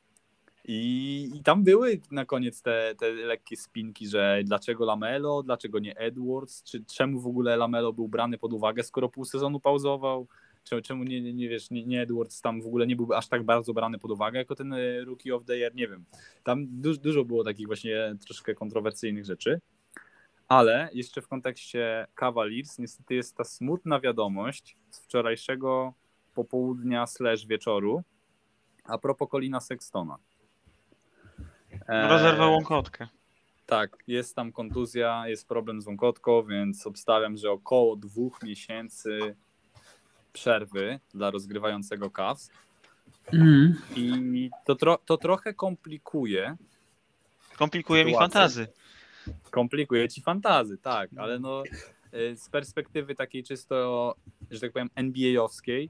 I, i tam były na koniec te, te lekkie spinki, że dlaczego Lamelo, dlaczego nie Edwards, czy czemu w ogóle Lamelo był brany pod uwagę, skoro pół sezonu pauzował. Czemu, czemu nie, nie, nie wiesz, nie, nie Edwards tam w ogóle nie byłby aż tak bardzo brany pod uwagę jako ten Rookie of the Year, nie wiem. Tam du- dużo było takich właśnie troszkę kontrowersyjnych rzeczy, ale jeszcze w kontekście Cavaliers niestety jest ta smutna wiadomość z wczorajszego popołudnia slash wieczoru a propos Collina Sextona. E, Rozerwał łąkotkę. Tak, jest tam kontuzja, jest problem z łąkotką, więc obstawiam, że około dwóch miesięcy przerwy dla rozgrywającego Cavs Mm. i to, tro, to trochę komplikuje, Komplikuje mi sytuację. fantazy. komplikuje ci fantazy, tak, ale no y, z perspektywy takiej czysto, że tak powiem N B A-owskiej,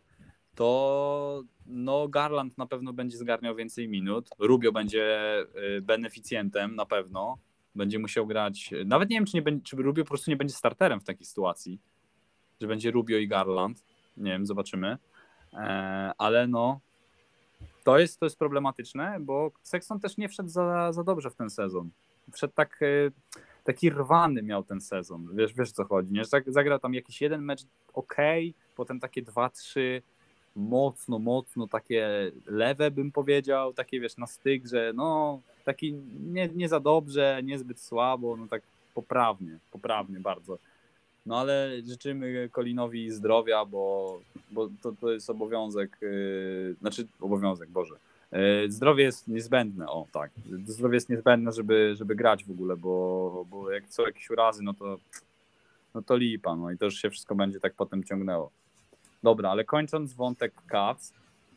to no Garland na pewno będzie zgarniał więcej minut, Rubio będzie y, beneficjentem na pewno, będzie musiał grać, nawet nie wiem czy, nie będzie, czy Rubio po prostu nie będzie starterem w takiej sytuacji, że będzie Rubio i Garland, nie wiem, zobaczymy, e, ale no to jest, to jest problematyczne, bo Sexton też nie wszedł za, za dobrze w ten sezon. Wszedł tak, e, taki rwany miał ten sezon, wiesz, wiesz co chodzi, nie? Że tak, zagrał tam jakiś jeden mecz okej, potem takie dwa, trzy mocno, mocno takie lewe bym powiedział, takie wiesz na styk, że no taki nie, nie za dobrze, niezbyt słabo, no tak poprawnie, poprawnie bardzo. No ale życzymy Collinowi zdrowia, bo, bo to, to jest obowiązek, yy, znaczy obowiązek, Boże. Yy, zdrowie jest niezbędne, o tak. Zdrowie jest niezbędne, żeby, żeby grać w ogóle, bo, bo jak są jakieś urazy, no to, no to lipa, no i to już się wszystko będzie tak potem ciągnęło. Dobra, ale kończąc wątek Cavs,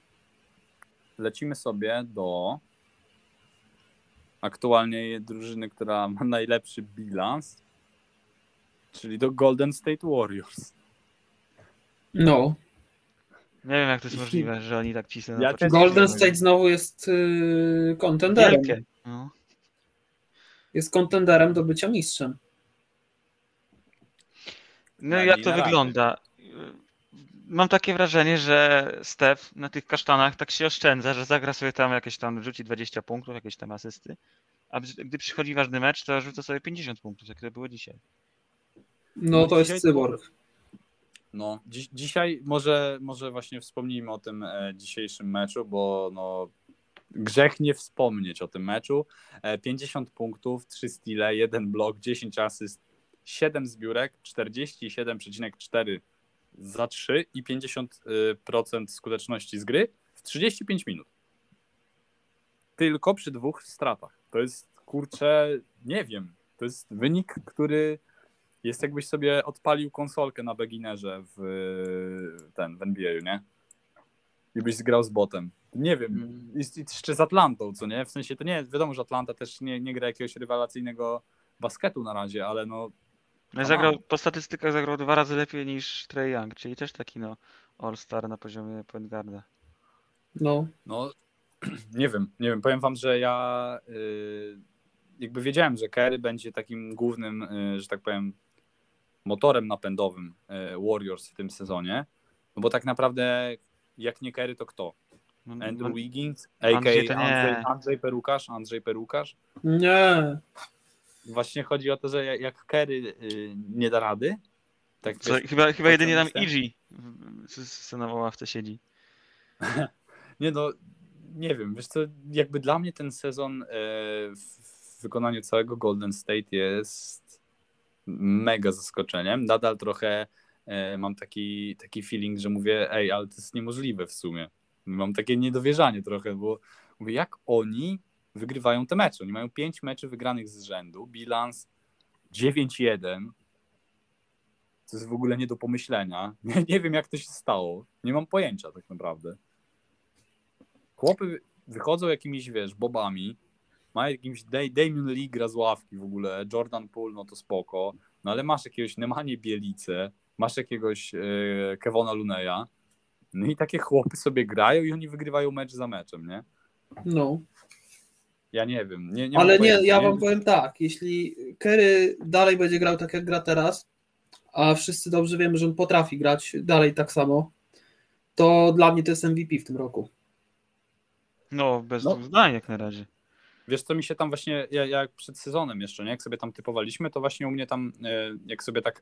lecimy sobie do aktualnie drużyny, która ma najlepszy bilans, czyli do Golden State Warriors. No. Nie wiem jak to jest możliwe, że oni tak cisną. Ja na też początku. Golden wiem. State znowu jest yy, kontenderem. Wielkie. No. Jest kontenderem do bycia mistrzem. No Ale jak nie to na razie. wygląda? Mam takie wrażenie, że Steph na tych kasztanach tak się oszczędza, że zagra sobie tam jakieś tam, rzuci dwadzieścia punktów, jakieś tam asysty, a gdy przychodzi ważny mecz, to rzuca sobie pięćdziesiąt punktów, jak to było dzisiaj. No No to dzisiaj jest cyborg. No, dziś, dzisiaj może, może właśnie wspomnijmy o tym e, dzisiejszym meczu, bo no, grzech nie wspomnieć o tym meczu. E, pięćdziesiąt punktów, trzy steale, jeden blok, dziesięć asyst, siedem zbiórek, czterdzieści siedem przecinek cztery za trzy i pięćdziesiąt procent skuteczności z gry w trzydzieści pięć minut. tylko przy dwóch stratach. To jest, kurczę, nie wiem, to jest wynik, który jest jakbyś sobie odpalił konsolkę na beginnerze w ten, w N B A, nie? I byś zgrał z botem. Nie wiem, Mm. jest jeszcze z Atlantą, co nie? W sensie to nie, wiadomo, że Atlanta też nie, nie gra jakiegoś rewelacyjnego basketu na razie, ale no No, zagrał, po statystykach zagrał dwa razy lepiej niż Trae Young, czyli też taki no all-star na poziomie point guarda. No, No, nie wiem, nie wiem. Powiem wam, że ja y, jakby wiedziałem, że Curry będzie takim głównym, y, że tak powiem, motorem napędowym y, Warriors w tym sezonie, no bo tak naprawdę jak nie Curry, to kto? No, Andrew no, Wiggins, Andrzej a.k.a. to nie. Andrzej, Andrzej Perukarz, Andrzej Perukarz. nie. Właśnie chodzi o to, że jak- jak Curry y, nie da rady, tak Co, wiesz, chyba chyba jedynie tam pociągnie Igi co na ławce siedzi. Nie no, nie wiem, wiesz co, jakby dla mnie ten sezon e, w wykonaniu całego Golden State jest mega zaskoczeniem. Nadal trochę e, mam taki, taki feeling, że mówię, ej, ale to jest niemożliwe w sumie. Mam takie niedowierzanie trochę, bo mówię, jak oni wygrywają te mecze? Oni mają pięć meczy wygranych z rzędu, bilans dziewięć jeden. To jest w ogóle nie do pomyślenia. Nie, nie wiem, jak to się stało. Nie mam pojęcia tak naprawdę. Chłopy wychodzą jakimiś, wiesz, bobami, ma jakimś Day, Damian Lee gra z ławki w ogóle, Jordan Poole, no to spoko, no ale masz jakiegoś Nemanje Bielicę, masz jakiegoś e, Kevona Luneya, no i takie chłopy sobie grają i oni wygrywają mecz za meczem, nie? No. Ja nie wiem. Nie, nie Ale mam nie, pojęcia, ja nie? wam powiem tak, jeśli Curry dalej będzie grał tak jak gra teraz, a wszyscy dobrze wiemy, że on potrafi grać dalej tak samo, to dla mnie to jest M V P w tym roku. No, bez No. dwóch zdań jak na razie. Wiesz co, mi się tam właśnie, ja, jak przed sezonem jeszcze, nie? Jak sobie tam typowaliśmy, to właśnie u mnie tam, e, jak sobie tak,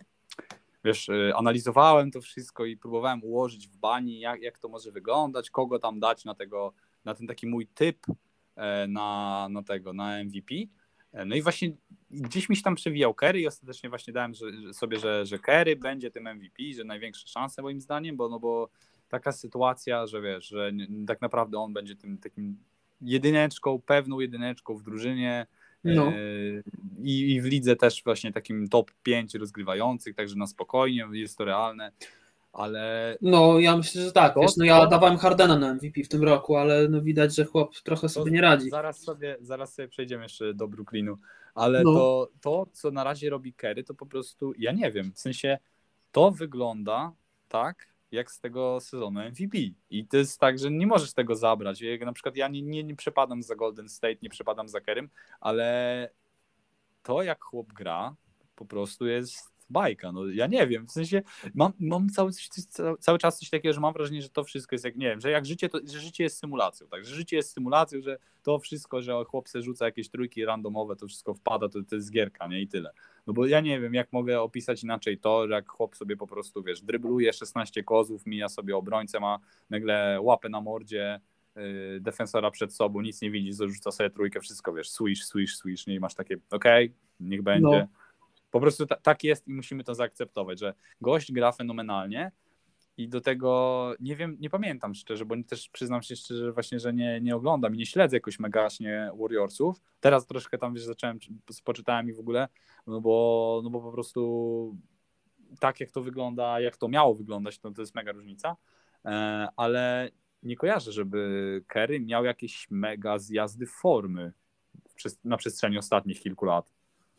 wiesz, e, analizowałem to wszystko i próbowałem ułożyć w bani, jak, jak to może wyglądać, kogo tam dać na tego, na ten taki mój typ e, na, na tego, na M V P. E, No i właśnie gdzieś mi się tam przewijał Curry i ostatecznie właśnie dałem że, że sobie, że, że Curry będzie tym M V P, że największe szanse moim zdaniem, bo no bo taka sytuacja, że wiesz, że nie, tak naprawdę on będzie tym takim jedyneczką, pewną jedyneczką w drużynie No. e, i, i w lidze też właśnie takim top pięć rozgrywających, także na spokojnie, jest to realne, ale No, ja myślę, że tak. To- Wiesz, no ja to- dawałem Hardena na M V P w tym roku, ale no widać, że chłop trochę sobie nie radzi. zaraz sobie, zaraz sobie przejdziemy jeszcze do Brooklynu, ale No. to, to, co na razie robi Curry, to po prostu, ja nie wiem, w sensie to wygląda tak, jak z tego sezonu M V P. I to jest tak, że nie możesz tego zabrać. Jak na przykład ja nie, nie, nie przepadam za Golden State, nie przepadam za Currym, ale to, jak chłop gra, po prostu jest bajka. No, ja nie wiem, w sensie mam, mam cały, cały, cały czas coś takiego, że mam wrażenie, że to wszystko jest jak, nie wiem, że jak życie, to, że życie jest symulacją, tak, że życie jest symulacją, że to wszystko, że chłop se rzuca jakieś trójki randomowe, to wszystko wpada, to, to jest gierka, nie, i tyle. No bo ja nie wiem, jak mogę opisać inaczej to, że jak chłop sobie po prostu, wiesz, drybluje szesnaście kozów, mija sobie obrońcę, ma nagle łapę na mordzie, yy, defensora przed sobą, nic nie widzi, zarzuca sobie trójkę, wszystko, wiesz, swish, swish, swish, nie, i masz takie, okej, okay, niech będzie. No. Po prostu ta, tak jest i musimy to zaakceptować, że gość gra fenomenalnie i do tego nie wiem, nie pamiętam szczerze, bo też przyznam się szczerze właśnie, że nie, nie oglądam i nie śledzę jakoś megaśnie Warriorsów. Teraz troszkę tam, wiesz, zacząłem, poczytałem i w ogóle, no bo, no bo po prostu tak jak to wygląda, jak to miało wyglądać, to, to jest mega różnica, e, ale nie kojarzę, żeby Curry miał jakieś mega zjazdy formy przez, na przestrzeni ostatnich kilku lat.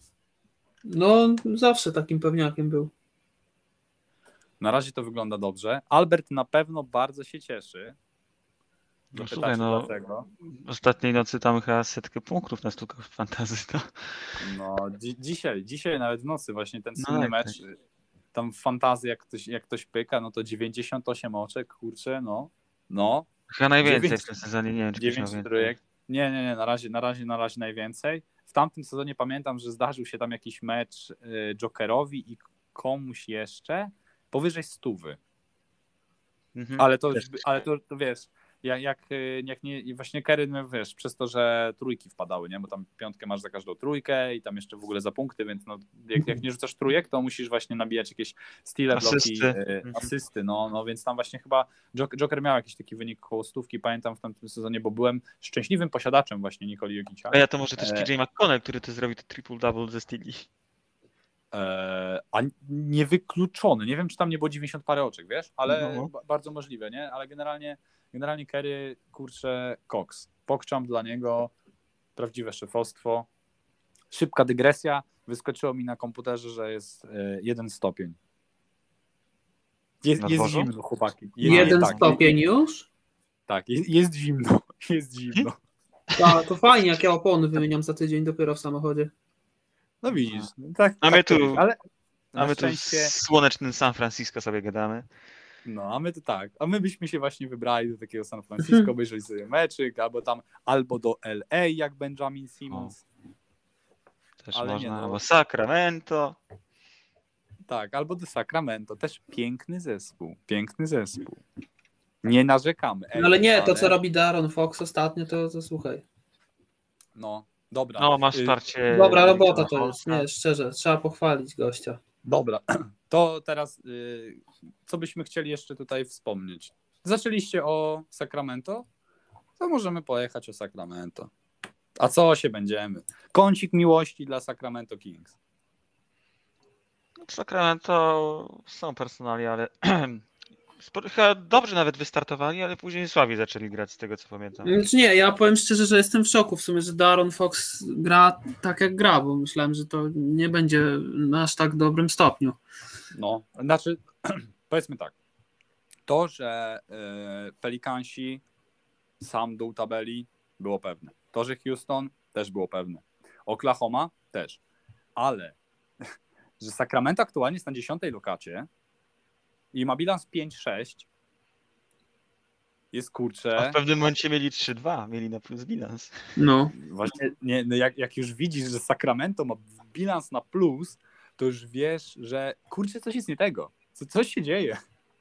No, zawsze takim pewniakiem był. Na razie to wygląda dobrze. Albert na pewno bardzo się cieszy. No Zapytacie słuchaj, no dlaczego. ostatniej nocy tam chyba setkę punktów na stukach w fantasy, to No, dzi- dzisiaj, dzisiaj nawet w nocy właśnie ten No słynny tak, mecz, tam w fantazji jak ktoś, jak ktoś pyka, no to dziewięćdziesiąt osiem oczek, kurczę, no, no, chyba najwięcej Dziewięć- w tym sezonie, nie wiem czy ktoś miał dziewięć więcej. trójek. Nie, nie, nie, na razie, na razie, na razie najwięcej. W tamtym sezonie pamiętam, że zdarzył się tam jakiś mecz y, Jokerowi i komuś jeszcze powyżej stówy. Mhm. Ale to, Też. ale to, to wiesz, jak, jak, jak nie, i właśnie Kerry, no wiesz, przez to, że trójki wpadały, nie? Bo tam piątkę masz za każdą trójkę i tam jeszcze w ogóle za punkty, więc no, jak, jak nie rzucasz trójek, to musisz właśnie nabijać jakieś stile, bloki, Asysty. y, Mhm. asysty, no, no więc tam właśnie chyba Joker, Joker miał jakiś taki wynik koło stówki, pamiętam w tamtym sezonie, bo byłem szczęśliwym posiadaczem właśnie Nikoli Jokicia. A ja to może też E, T J McConnell, który to zrobił to triple-double ze Steeli. E, a niewykluczony. Nie wiem, czy tam nie było dziewięćdziesiąt parę oczek, wiesz, ale No. ba- bardzo możliwe, nie? Ale generalnie, generalnie Kerry, kurczę, Cox. Pokczam dla niego, prawdziwe szefostwo. Szybka dygresja. Wyskoczyło mi na komputerze, że jest e, jeden stopień. Jest, Na jest dworzu? zimno, chłopaki. Jest, Jeden tak, stopień już? Tak, jest, jest zimno. Jest zimno. A, to fajnie, jak ja opony wymieniam za tydzień dopiero w samochodzie. No widzisz. Tak, A my tak to tu- jest, ale A na my tu w szczęście... słonecznym San Francisco sobie gadamy. No, a my to tak, a my byśmy się właśnie wybrali do takiego San Francisco, obejrzeli sobie meczyk, albo tam, albo do L A, jak Benjamin Simmons. Też Ale nie, można, no. albo Sacramento. Tak, albo do Sacramento. Też piękny zespół, piękny zespół. Nie narzekamy. Ej, No ale nie, to ale- co robi Darren Fox ostatnio, to, to słuchaj. No, dobra. No, masz Y, wsparcie. Dobra robota Nickla to jest, Holmesa. nie, szczerze, trzeba pochwalić gościa. Dobra, to teraz y, co byśmy chcieli jeszcze tutaj wspomnieć? Zaczęliście o Sacramento? To możemy pojechać o Sacramento. A co się będziemy? Kącik miłości dla Sacramento Kings. Sacramento są personali, ale sporo- chyba dobrze nawet wystartowali, ale później słabiej zaczęli grać z tego co pamiętam. Znaczy nie, ja powiem szczerze, że jestem w szoku w sumie, że Darren Fox gra tak jak gra, bo myślałem, że to nie będzie na aż tak dobrym stopniu. No, znaczy, powiedzmy tak. To, że y, Pelikansi sam dół tabeli było pewne. To, że Houston też było pewne. Oklahoma też. Ale, że Sacramento aktualnie jest na dziesiątej lokacie i ma bilans pięć sześć, jest A kurczę. w pewnym momencie mieli trzy dwa, mieli na plus bilans. No, Właśnie, nie, no jak, jak już widzisz, że Sacramento ma bilans na plus, to już wiesz, że kurczę, coś jest nie tego. Co, coś się dzieje.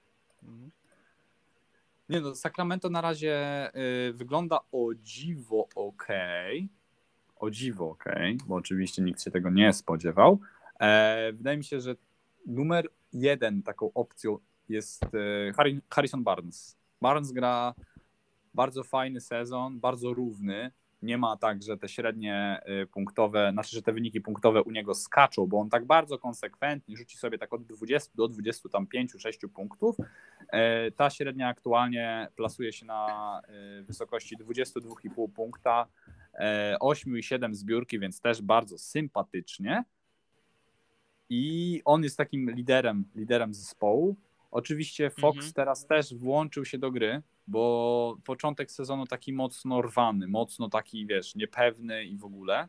Nie no, Sacramento na razie y, wygląda o dziwo okej. O dziwo okej, bo oczywiście nikt się tego nie spodziewał. E, wydaje mi się, że numer jeden taką opcją jest y, Harry, Harrison Barnes. Barnes gra bardzo fajny sezon, bardzo równy. Nie ma tak, że te średnie y, punktowe, znaczy, że te wyniki punktowe u niego skaczą, bo on tak bardzo konsekwentnie rzuci sobie tak od dwudziestu do dwudziestu pięciu sześciu punktów. E, ta średnia aktualnie plasuje się na y, wysokości dwadzieścia dwa i pół punkta, e, osiem i siedem zbiórki, więc też bardzo sympatycznie. I on jest takim liderem, liderem zespołu. Oczywiście Fox Mhm. teraz też włączył się do gry, bo początek sezonu taki mocno rwany, mocno taki, wiesz, niepewny i w ogóle.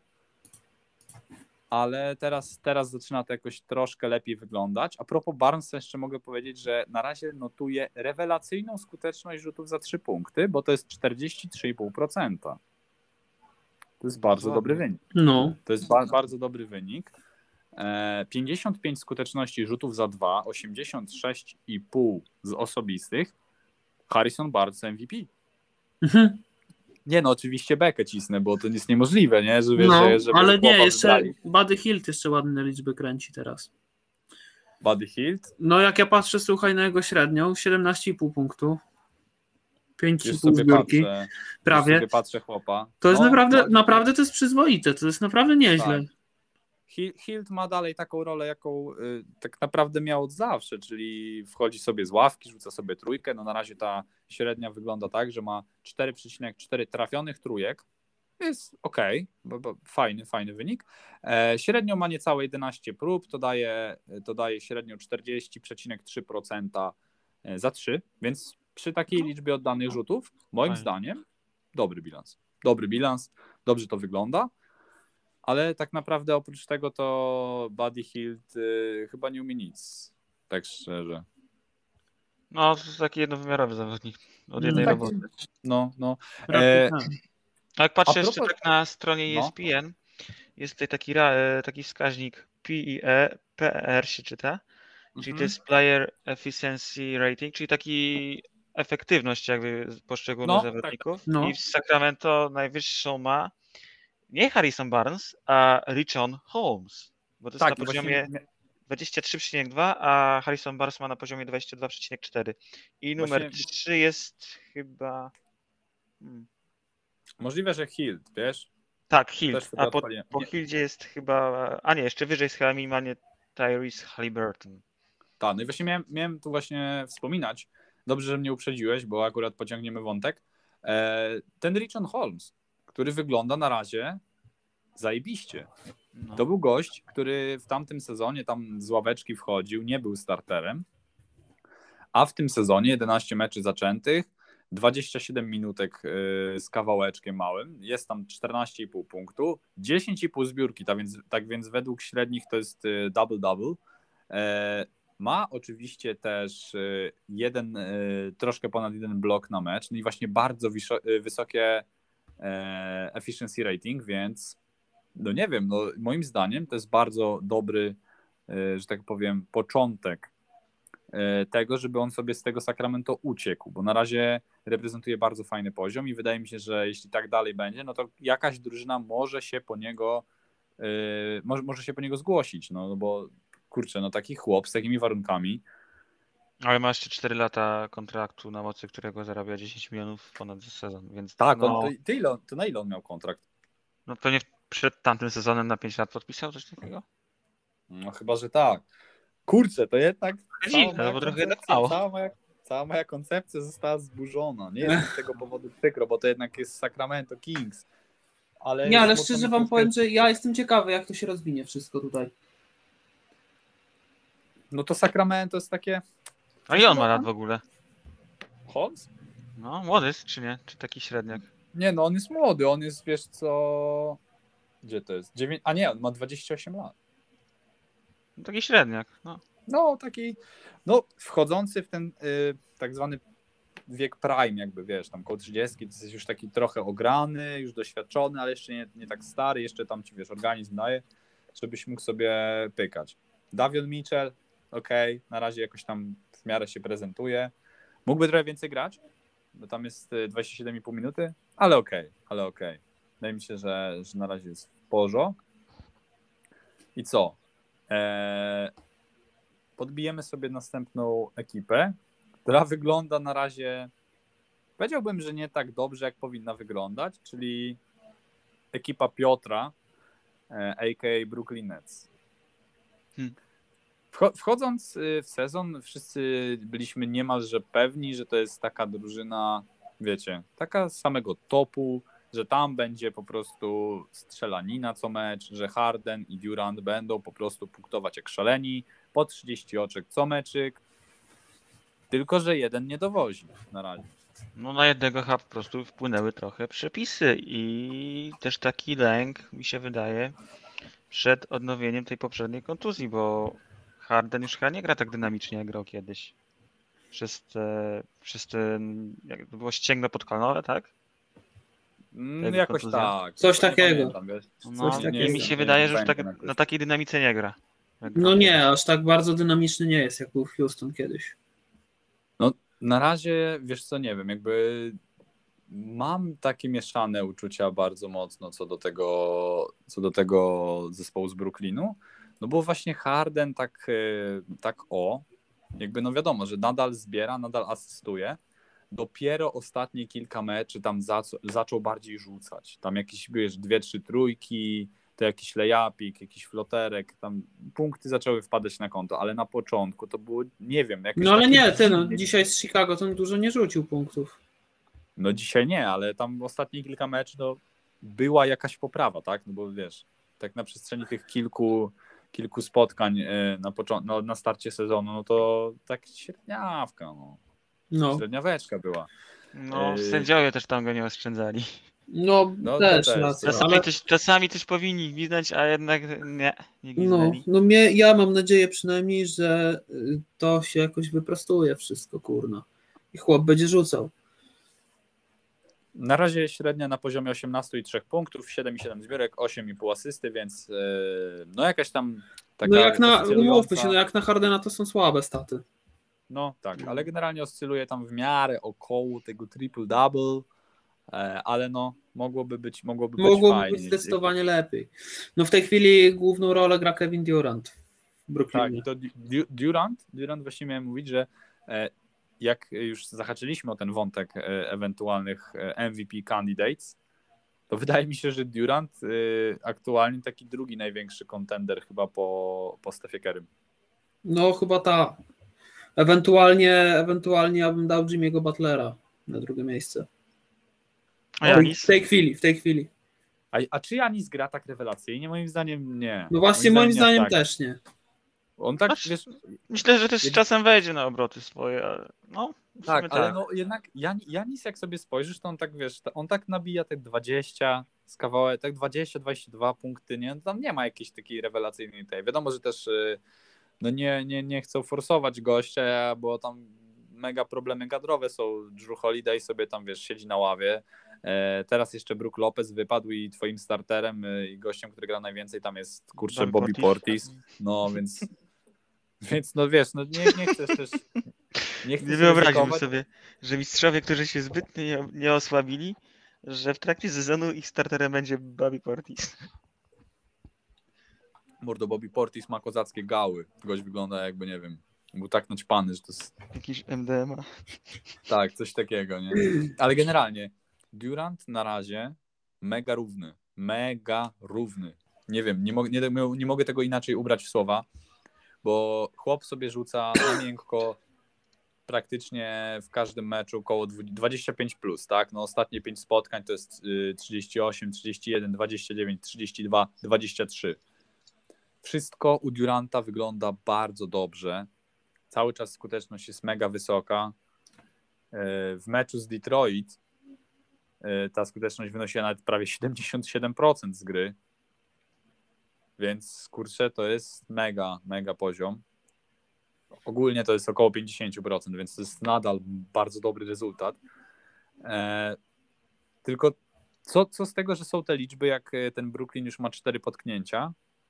Ale teraz, teraz zaczyna to jakoś troszkę lepiej wyglądać. A propos Barnesa jeszcze mogę powiedzieć, że na razie notuje rewelacyjną skuteczność rzutów za trzy punkty, bo to jest czterdzieści trzy i pół procent. To jest bardzo Ładnie. dobry wynik. no. To jest ba- bardzo dobry wynik. E, pięćdziesiąt pięć skuteczności rzutów za dwa, osiemdziesiąt sześć i pół z osobistych. Harrison Barnes M V P. Mhm. Nie no, oczywiście bekę cisnę, bo to jest niemożliwe, nie? Że wiesz, No, że, żeby ale nie, chłopa jeszcze wybrali. Buddy Hield jeszcze ładne liczby kręci teraz. Buddy Hield. No jak ja patrzę, słuchaj, na jego średnią, siedemnaście i pół punktu. pięć i Już pół sobie zbiórki, patrzę, prawie. Już sobie patrzę chłopa. To jest No, naprawdę, Buddy- naprawdę to jest przyzwoite, to jest naprawdę nieźle. Tak. Hi- Hield ma dalej taką rolę, jaką y, tak naprawdę miał od zawsze, czyli wchodzi sobie z ławki, rzuca sobie trójkę. No na razie ta średnia wygląda tak, że ma cztery przecinek cztery trafionych trójek. Jest okej, bo, bo fajny, fajny wynik. E, średnio ma niecałe jedenaście prób, to daje, to daje średnio czterdzieści przecinek trzy procent za trzy, więc przy takiej liczbie oddanych rzutów, moim Fajnie. zdaniem, dobry bilans. Dobry bilans, dobrze to wygląda. Ale tak naprawdę oprócz tego to Buddy Hield y, chyba nie umie nic, tak szczerze. No, to jest taki jednowymiarowy zawodnik od No jednej tak. roboty. No, no. Raczej E, tak. A jak patrzę A jeszcze propos- tak na stronie No. E S P N, jest tutaj taki, ra- e, taki wskaźnik P E E, P E R się czyta, czyli to mhm. jest Player Efficiency Rating, czyli taki efektywność jakby poszczególnych No, zawodników. No. I w Sacramento najwyższą ma nie Harrison Barnes, a Richaun Holmes. Bo to jest Tak, na i poziomie właśnie dwadzieścia trzy przecinek dwa, a Harrison Barnes ma na poziomie dwadzieścia dwa przecinek cztery. I numer Właśnie- trzy jest chyba... Hmm. możliwe, że Hild, wiesz? Tak, Też Hild. sobie A po, odpaliłem. po Nie- Hildzie jest chyba... A nie, jeszcze wyżej jest chyba minimalnie Tyrese Haliburton. Tak, no i właśnie miałem, miałem tu właśnie wspominać. Dobrze, że mnie uprzedziłeś, bo akurat pociągniemy wątek. E, ten Richaun Holmes, który wygląda na razie zajebiście. No. To był gość, który w tamtym sezonie tam z ławeczki wchodził, nie był starterem, a w tym sezonie jedenaście meczy zaczętych, dwadzieścia siedem minutek y, z kawałeczkiem małym, jest tam czternaście i pół punktu, dziesięć i pół zbiórki, tak więc, tak więc według średnich to jest y, double-double. E, ma oczywiście też y, jeden, y, troszkę ponad jeden blok na mecz, no i właśnie bardzo wiszo- y, wysokie e, efficiency rating, więc no nie wiem, no moim zdaniem to jest bardzo dobry, e, że tak powiem, początek e, tego, żeby on sobie z tego Sacramento uciekł, bo na razie reprezentuje bardzo fajny poziom i wydaje mi się, że jeśli tak dalej będzie, no to jakaś drużyna może się po niego e, może, może się po niego zgłosić, no, no bo kurczę, no taki chłop z takimi warunkami. Ale ma jeszcze cztery lata kontraktu, na mocy którego zarabia dziesięć milionów ponad za sezon, więc Tak, no, on, to, to, ile on, to na ile on miał kontrakt? no pewnie przed tamtym sezonem na pięć lat podpisał coś takiego? No chyba, że tak. Kurczę, to jednak cała Dziwne, moja bo trochę koncepcja, mało. cała moja, cała moja koncepcja została zburzona. Nie jest z tego powodu przykro, bo to jednak jest Sacramento Kings. Ale Nie, ale jest szczerze mocno wam troszkę- powiem, że ja jestem ciekawy, jak to się rozwinie wszystko tutaj. No to Sacramento jest takie... A ile on ma lat w ogóle? Holmes? No, młody jest, czy nie? Czy taki średniak? Nie, no on jest młody, on jest, wiesz co... Gdzie to jest? Dziewię... A nie, on ma dwadzieścia osiem lat. No, taki średniak, no. No taki, no wchodzący w ten y, tak zwany wiek prime, jakby wiesz, tam koło trzydziestki, to jesteś już taki trochę ograny, już doświadczony, ale jeszcze nie, nie tak stary, jeszcze tam ci, wiesz, organizm daje, żebyś mógł sobie pykać. Davion Mitchell, okej, okay, na razie jakoś tam w miarę się prezentuje. Mógłby trochę więcej grać, bo tam jest y, dwadzieścia siedem i pół minuty, ale okej, okay, ale okej. Okay. Wydaje mi się, że, że na razie jest w porządku. I co? Eee, podbijemy sobie następną ekipę, która wygląda na razie, powiedziałbym, że nie tak dobrze, jak powinna wyglądać, czyli ekipa Piotra, a k a. Brooklyn Nets. Hmm. Wchodząc w sezon, wszyscy byliśmy niemalże pewni, że to jest taka drużyna, wiecie, taka z samego topu, że tam będzie po prostu strzelanina co mecz, że Harden i Durant będą po prostu punktować jak szaleni, po trzydzieści oczek co meczyk, tylko że jeden nie dowozi na razie. No na jednego chyba po prostu wpłynęły trochę przepisy i też taki lęk, mi się wydaje, przed odnowieniem tej poprzedniej kontuzji, bo Harden już chyba nie gra tak dynamicznie, jak grał kiedyś. Przez te, przez ten, jak to było ścięgno podkolanowe, tak? Mm, Jego jakoś kontuzja? tak. Coś Nie takiego. pamiętam, wiesz. No, Coś i takiego. mi się nie wydaje, że już pamiętam tak, jakoś. na takiej dynamice nie gra. jak grał No kiedyś. nie, aż tak bardzo dynamiczny nie jest, jak był w Houston kiedyś. No na razie, wiesz co, nie wiem, jakby mam takie mieszane uczucia bardzo mocno co do tego, co do tego zespołu z Brooklynu, no bo właśnie Harden tak, e, tak o, jakby no wiadomo, że nadal zbiera, nadal asystuje, dopiero ostatnie kilka meczy tam zac- zaczął bardziej rzucać, tam jakieś, wiesz, dwie, trzy trójki, to jakiś lejapik, jakiś floterek, tam punkty zaczęły wpadać na konto, ale na początku to było, nie wiem, jakieś No ale takie nie, ty no, dziwne- dzisiaj z Chicago to dużo nie rzucił punktów. No dzisiaj nie, ale tam ostatnie kilka meczów no, była jakaś poprawa, tak? No bo wiesz, tak na przestrzeni tych kilku, kilku spotkań e, na, począ- no, na starcie sezonu, no to tak średniawka, no. No, Średniaweczka była. No, Yy. sędziowie też tam go nie oszczędzali. no, No to też, też. racja, Czasami, ale też, czasami też powinni gwizdać, a jednak nie, nie no, gwizdali. no mnie, ja mam nadzieję przynajmniej, że y, to się jakoś wyprostuje wszystko, kurna. I chłop będzie rzucał. Na razie średnia na poziomie osiemnaście i trzy punktów, siedem i siedem zbiórek, osiem i pół asysty, więc e, no jakaś tam taka No jak na, fascynująca- umówmy się, no jak na Hardena to są słabe staty. No tak, ale generalnie oscyluje tam w miarę około tego triple-double, ale no mogłoby być, mogłoby być Mogłoby fajnie. być zdecydowanie lepiej. No w tej chwili główną rolę gra Kevin Durant w Tak, Brooklynie. i to Du- Durant, Durant właśnie miałem mówić, że e, jak już zahaczyliśmy o ten wątek e, ewentualnych e, M V P candidates, to wydaje mi się, że Durant e, aktualnie taki drugi największy kontender chyba po, po Stephie Currym. No chyba ta. Ewentualnie, ewentualnie ja bym dał Jimmy'ego Butlera na drugie miejsce. A W tej, Janis? w tej chwili, w tej chwili. A, a czy Janis gra tak rewelacyjnie? Moim zdaniem nie. No właśnie moim nie zdaniem aż tak. też nie. On tak, Znaczy, wiesz, Myślę, że też z Jak- czasem wejdzie na obroty swoje, ale no. w tak, sumie ale tak. no jednak Jan, Janis jak sobie spojrzysz, to on tak, wiesz, on tak nabija te dwadzieścia z kawałek, tak dwadzieścia dwadzieścia dwa punkty, nie? Tam nie ma jakiejś takiej rewelacyjnej tej. Wiadomo, że też y, no nie, nie, nie chcą forsować gościa, bo tam mega problemy kadrowe są. Drew Holiday sobie tam, wiesz, siedzi na ławie. E, teraz jeszcze Brook Lopez wypadł i twoim starterem y, i gościem, który gra najwięcej tam jest, kurczę, Bobby Bobby Portis. Portis. No, więc więc no wiesz, no nie, nie chcesz też nie, chcesz Nie wyobraziłbym ryzykować. sobie, że mistrzowie, którzy się zbytnio nie, nie osłabili, że w trakcie sezonu ich starterem będzie Bobby Portis. Mordo, Bobby Portis ma kozackie gały. Gość wygląda jakby, nie wiem, był tak naćpany, że to jest Jakiś M D M A. tak, coś takiego, nie? Ale generalnie Durant na razie mega równy. Mega równy. Nie wiem, nie, mo- nie, nie mogę tego inaczej ubrać w słowa, bo chłop sobie rzuca na miękko praktycznie w każdym meczu około dwadzieścia pięć plus, tak? No ostatnie pięć spotkań to jest y, trzydzieści osiem, trzydzieści jeden, dwadzieścia dziewięć, trzydzieści dwa, dwadzieścia trzy. Wszystko u Duranta wygląda bardzo dobrze. Cały czas skuteczność jest mega wysoka. W meczu z Detroit ta skuteczność wynosiła nawet prawie siedemdziesiąt siedem procent z gry. Więc kurczę, to jest mega, mega poziom. Ogólnie to jest około pięćdziesiąt procent, więc to jest nadal bardzo dobry rezultat. Tylko co, co z tego, że są te liczby, jak ten Brooklyn już ma cztery potknięcia,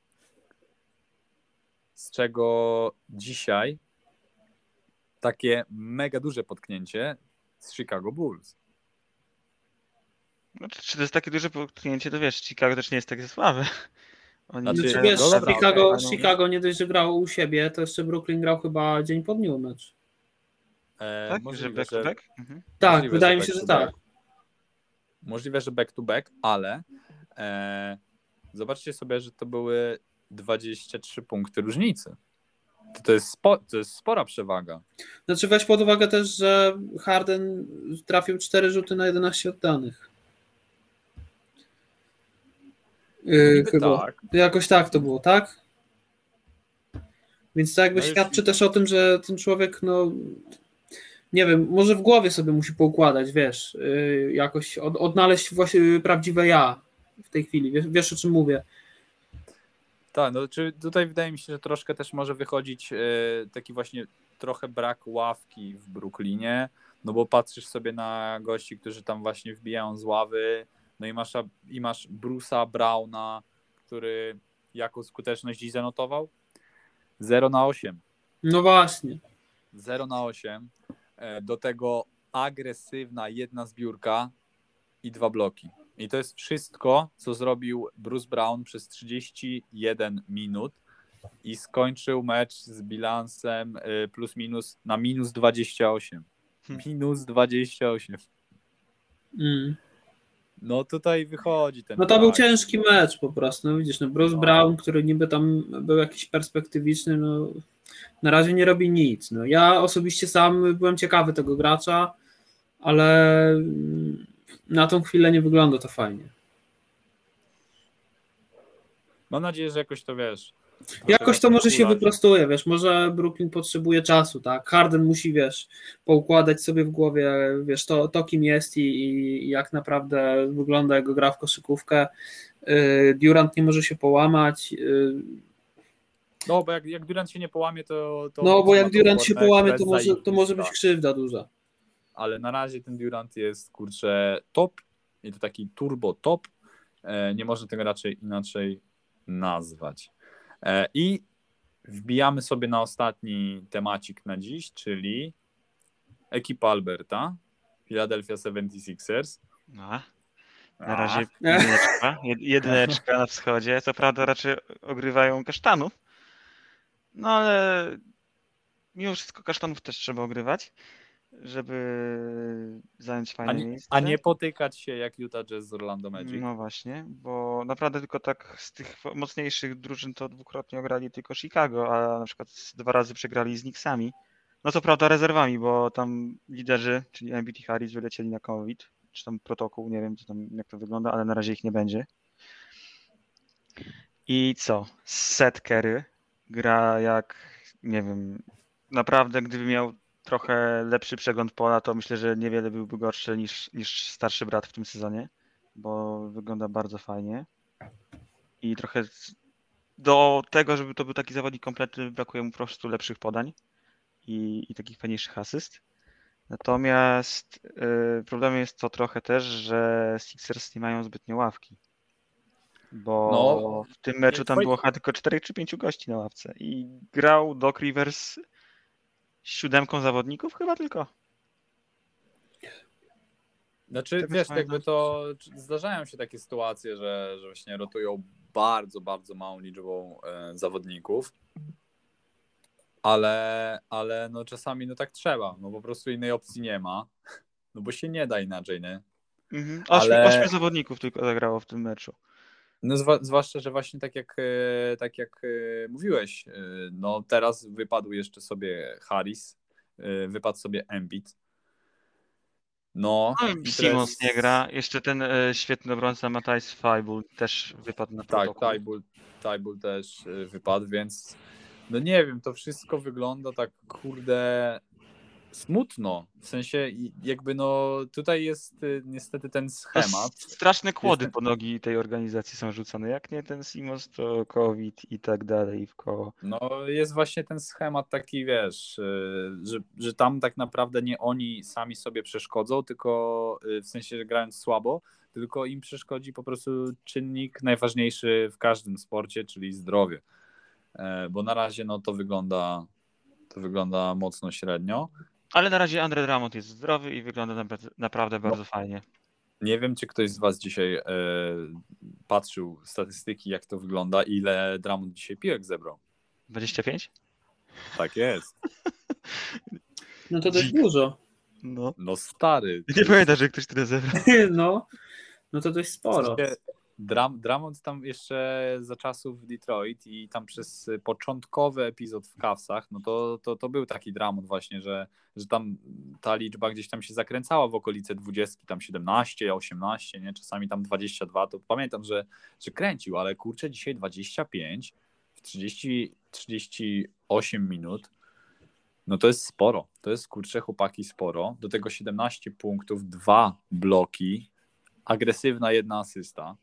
z czego dzisiaj takie mega duże potknięcie z Chicago Bulls. No, czy, czy to jest takie duże potknięcie, to wiesz, Chicago też nie jest takie słabe. Oni Znaczy, Znaczy, mają wiesz, no dobra, Chicago, okej, no, Chicago nie dość, że grał u siebie, to jeszcze Brooklyn grał chyba dzień po dniu mecz. E, tak? Że możliwe, back to że, back? Mhm. Tak, możliwe, wydaje mi back się, że to tak. back. Możliwe, że back to back, ale e, zobaczcie sobie, że to były dwadzieścia trzy punkty różnicy. To, to, jest spo, to jest spora przewaga. Znaczy weź pod uwagę też, że Harden trafił cztery rzuty na jedenaście oddanych. Yy, Niby chyba. tak. Jakoś tak to było, tak? Więc to jakby No już- świadczy też o tym, że ten człowiek, no nie wiem, może w głowie sobie musi poukładać, wiesz, yy, jakoś od, odnaleźć właśnie prawdziwe ja w tej chwili. Wiesz, wiesz o czym mówię. Tak, no czy tutaj wydaje mi się, że troszkę też może wychodzić e, taki właśnie trochę brak ławki w Brooklynie, no bo patrzysz sobie na gości, którzy tam właśnie wbijają z ławy, no i masz, i masz Bruce'a Browna, który jaką skuteczność dziś zanotował? zero na osiem. No właśnie. zero na osiem. E, do tego agresywna jedna zbiórka i dwa bloki. I to jest wszystko, co zrobił Bruce Brown przez trzydzieści jeden minut i skończył mecz z bilansem y, plus minus na minus dwadzieścia osiem. Minus dwadzieścia osiem. Mm. No tutaj wychodzi ten No to był brak. ciężki mecz po prostu. No widzisz, no Bruce No. Brown, który niby tam był jakiś perspektywiczny, no na razie nie robi nic. No, ja osobiście sam byłem ciekawy tego gracza, ale mm, na tą chwilę nie wygląda to fajnie. Mam nadzieję, że jakoś to wiesz. Jakoś to może się wyprostuje. wyprostuje, wiesz, może Brooklyn potrzebuje czasu, tak? Harden musi, wiesz, poukładać sobie w głowie, wiesz, to, to kim jest i, i jak naprawdę wygląda jego gra w koszykówkę. Yy, Durant nie może się połamać. Yy, No, bo jak, jak Durant się nie połamie, to... to no, bo jak to Durant się formę, połamie, która to jest może, to może być zajebista. krzywda duża. Ale na razie ten Durant jest, kurczę, top i to taki turbo top. E, nie można tego raczej inaczej nazwać. E, I wbijamy sobie na ostatni temacik na dziś, czyli ekipa Alberta, Philadelphia siedemdziesiąt sześć ers. No. Na razie A. jedyneczka, jed- jedyneczka na wschodzie. Co prawda raczej ogrywają kasztanów, no ale mimo wszystko kasztanów też trzeba ogrywać, żeby zająć A fajne nie, miejsce. a nie potykać się jak Utah Jazz z Orlando Magic. No właśnie, bo naprawdę tylko tak z tych mocniejszych drużyn to dwukrotnie ograli tylko Chicago, a na przykład dwa razy przegrali z Knicksami. No co prawda rezerwami, bo tam liderzy, czyli Embiid i Harris wylecieli na COVID, czy tam protokół, nie wiem co tam, jak to wygląda, ale na razie ich nie będzie. I co? Seth Curry gra jak, nie wiem, naprawdę gdyby miał trochę lepszy przegląd pola, to myślę, że niewiele byłby gorszy niż, niż starszy brat w tym sezonie, bo wygląda bardzo fajnie. I trochę z- do tego, żeby to był taki zawodnik kompletny, brakuje mu po prostu lepszych podań i, i takich fajniejszych asyst. Natomiast y, problemem jest to trochę też, że Sixers nie mają zbytnio ławki. Bo No, w tym meczu tam twoje- było chyba tylko czterech czy pięciu gości na ławce i grał Doc Rivers z siódemką zawodników chyba tylko. Znaczy, Tego wiesz, co jakby pamiętam. to zdarzają się takie sytuacje, że, że właśnie rotują bardzo, bardzo małą liczbą e, zawodników, ale, ale no czasami no tak trzeba, no po prostu innej opcji nie ma, no bo się nie da inaczej, nie? Mhm. Ośmiu, Ale- ośmiu zawodników tylko zagrało w tym meczu. No zwa, zwłaszcza, że właśnie tak jak, e, tak jak e, mówiłeś, e, no teraz wypadł jeszcze sobie Harris, e, wypadł sobie Embiid. No, No, i Simons teraz- nie gra. Jeszcze ten e, świetny obrońca Matthijs Fajbul też wypadł na Tak, protokół. Tajbul, Tajbul też y, wypadł, więc no nie wiem, to wszystko wygląda tak kurde smutno. W sensie i- jakby no tutaj jest y, niestety ten No, schemat. s- straszne kłody Jestem- po nogi tej organizacji są rzucane. Jak nie ten Simons, to COVID i tak dalej i w koło. No jest właśnie ten schemat taki, wiesz, y, że, że tam tak naprawdę nie oni sami sobie przeszkodzą, tylko y, w sensie, że grając słabo, tylko im przeszkodzi po prostu czynnik najważniejszy w każdym sporcie, czyli zdrowie. E, Bo na razie no to wygląda to wygląda mocno średnio. Ale na razie Andre Drummond jest zdrowy i wygląda napra- naprawdę bardzo fajnie. Nie wiem, czy ktoś z was dzisiaj e, patrzył statystyki, jak to wygląda, ile Drummond dzisiaj piłek zebrał. dwadzieścia pięć? Tak jest. No to dość Dzik. dużo. No. No stary. to Nie jest- pamiętam, że ktoś tyle zebrał. No, no to dość sporo. W sensie Dram, Drummond tam jeszcze za czasów Detroit i tam przez początkowy epizod w Cavsach, no to, to, to był taki Drummond właśnie, że, że tam ta liczba gdzieś tam się zakręcała w okolice dwudziestu, tam siedemnaście, osiemnaście, nie? Czasami tam dwadzieścia dwa, to pamiętam, że, że kręcił, ale kurczę dzisiaj dwadzieścia pięć w trzydzieści, trzydzieści osiem minut, no to jest sporo, to jest kurczę chłopaki sporo, do tego siedemnaście punktów, dwa bloki, agresywna jedna asysta.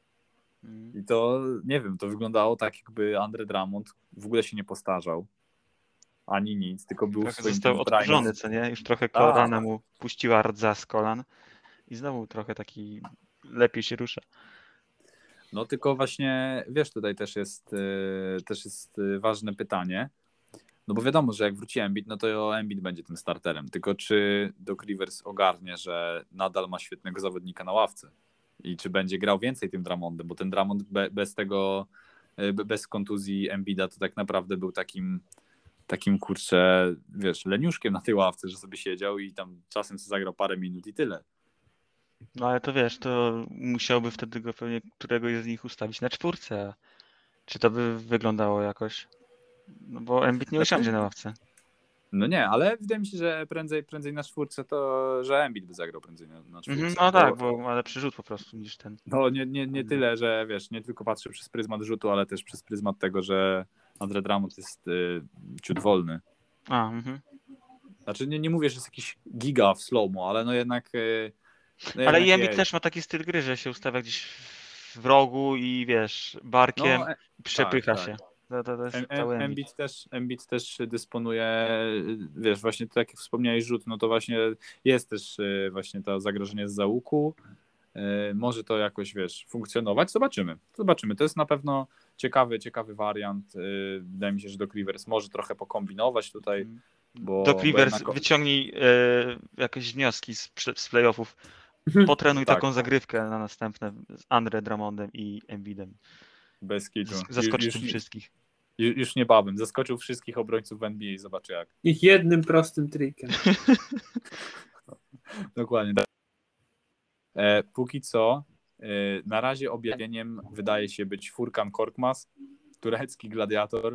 I to, nie wiem, to wyglądało tak, jakby Andre Drummond w ogóle się nie postarzał. Ani nic, tylko był w Trochę swoim został tym prime. odkurzony, co nie? Już trochę Tak. kolana mu puściła rdza z kolan i znowu trochę taki lepiej się rusza. No tylko właśnie, wiesz, tutaj też jest, e, też jest e, ważne pytanie, no bo wiadomo, że jak wróci Embiid, no to Embiid będzie tym starterem, tylko czy Doc Rivers ogarnie, że nadal ma świetnego zawodnika na ławce i czy będzie grał więcej tym Drummondem, bo ten Drummond be, bez tego, e, be- bez kontuzji Embida to tak naprawdę był takim takim, kurczę, wiesz, leniuszkiem na tej ławce, że sobie siedział i tam czasem sobie zagrał parę minut i tyle. No ale to wiesz, to musiałby wtedy go pewnie któregoś z nich ustawić na czwórce. A czy to by wyglądało jakoś? No bo Embiid nie Znaczy- usiądzie na ławce. No nie, ale wydaje mi się, że prędzej, prędzej na czwórce to, że Embiid by zagrał prędzej na, na czwórce. Mhm, no tak, bo ma lepszy rzut po prostu niż ten. No nie, nie, nie tyle, że wiesz, nie tylko patrzę przez pryzmat rzutu, ale też przez pryzmat tego, że Andre Drummond jest y, ciut wolny. A, mhm. Znaczy nie, nie mówię, że jest jakiś giga w slow-mo, ale no jednak... Y, no Ale jednak i Embiid jest. też ma taki styl gry, że się ustawia gdzieś w rogu i wiesz, barkiem No, e- przepycha tak, się. tak. To, to, to jest Em- cały em- Embiid. Embiid też, Embiid też dysponuje, wiesz, właśnie tak jak wspomniałeś rzut, no to właśnie jest też y, właśnie to zagrożenie z załuku, Może to jakoś, wiesz, funkcjonować. Zobaczymy. Zobaczymy. To jest na pewno ciekawy, ciekawy wariant. Wydaje mi się, że Doc Rivers może trochę pokombinować tutaj. Bo, Doc Rivers, bo jednak... wyciągnij e, jakieś wnioski z, z playoffów. Potrenuj Tak. taką zagrywkę na następne z Andre Drummondem i Embiidem. Bez kitu. Zaskoczy już, tym już, wszystkich. Już, już niebawem. Zaskoczył wszystkich obrońców w N B A. Zobacz jak. Ich jednym prostym trikiem. Dokładnie. E, póki co, e, na razie objawieniem wydaje się być Furkan Korkmaz, turecki gladiator.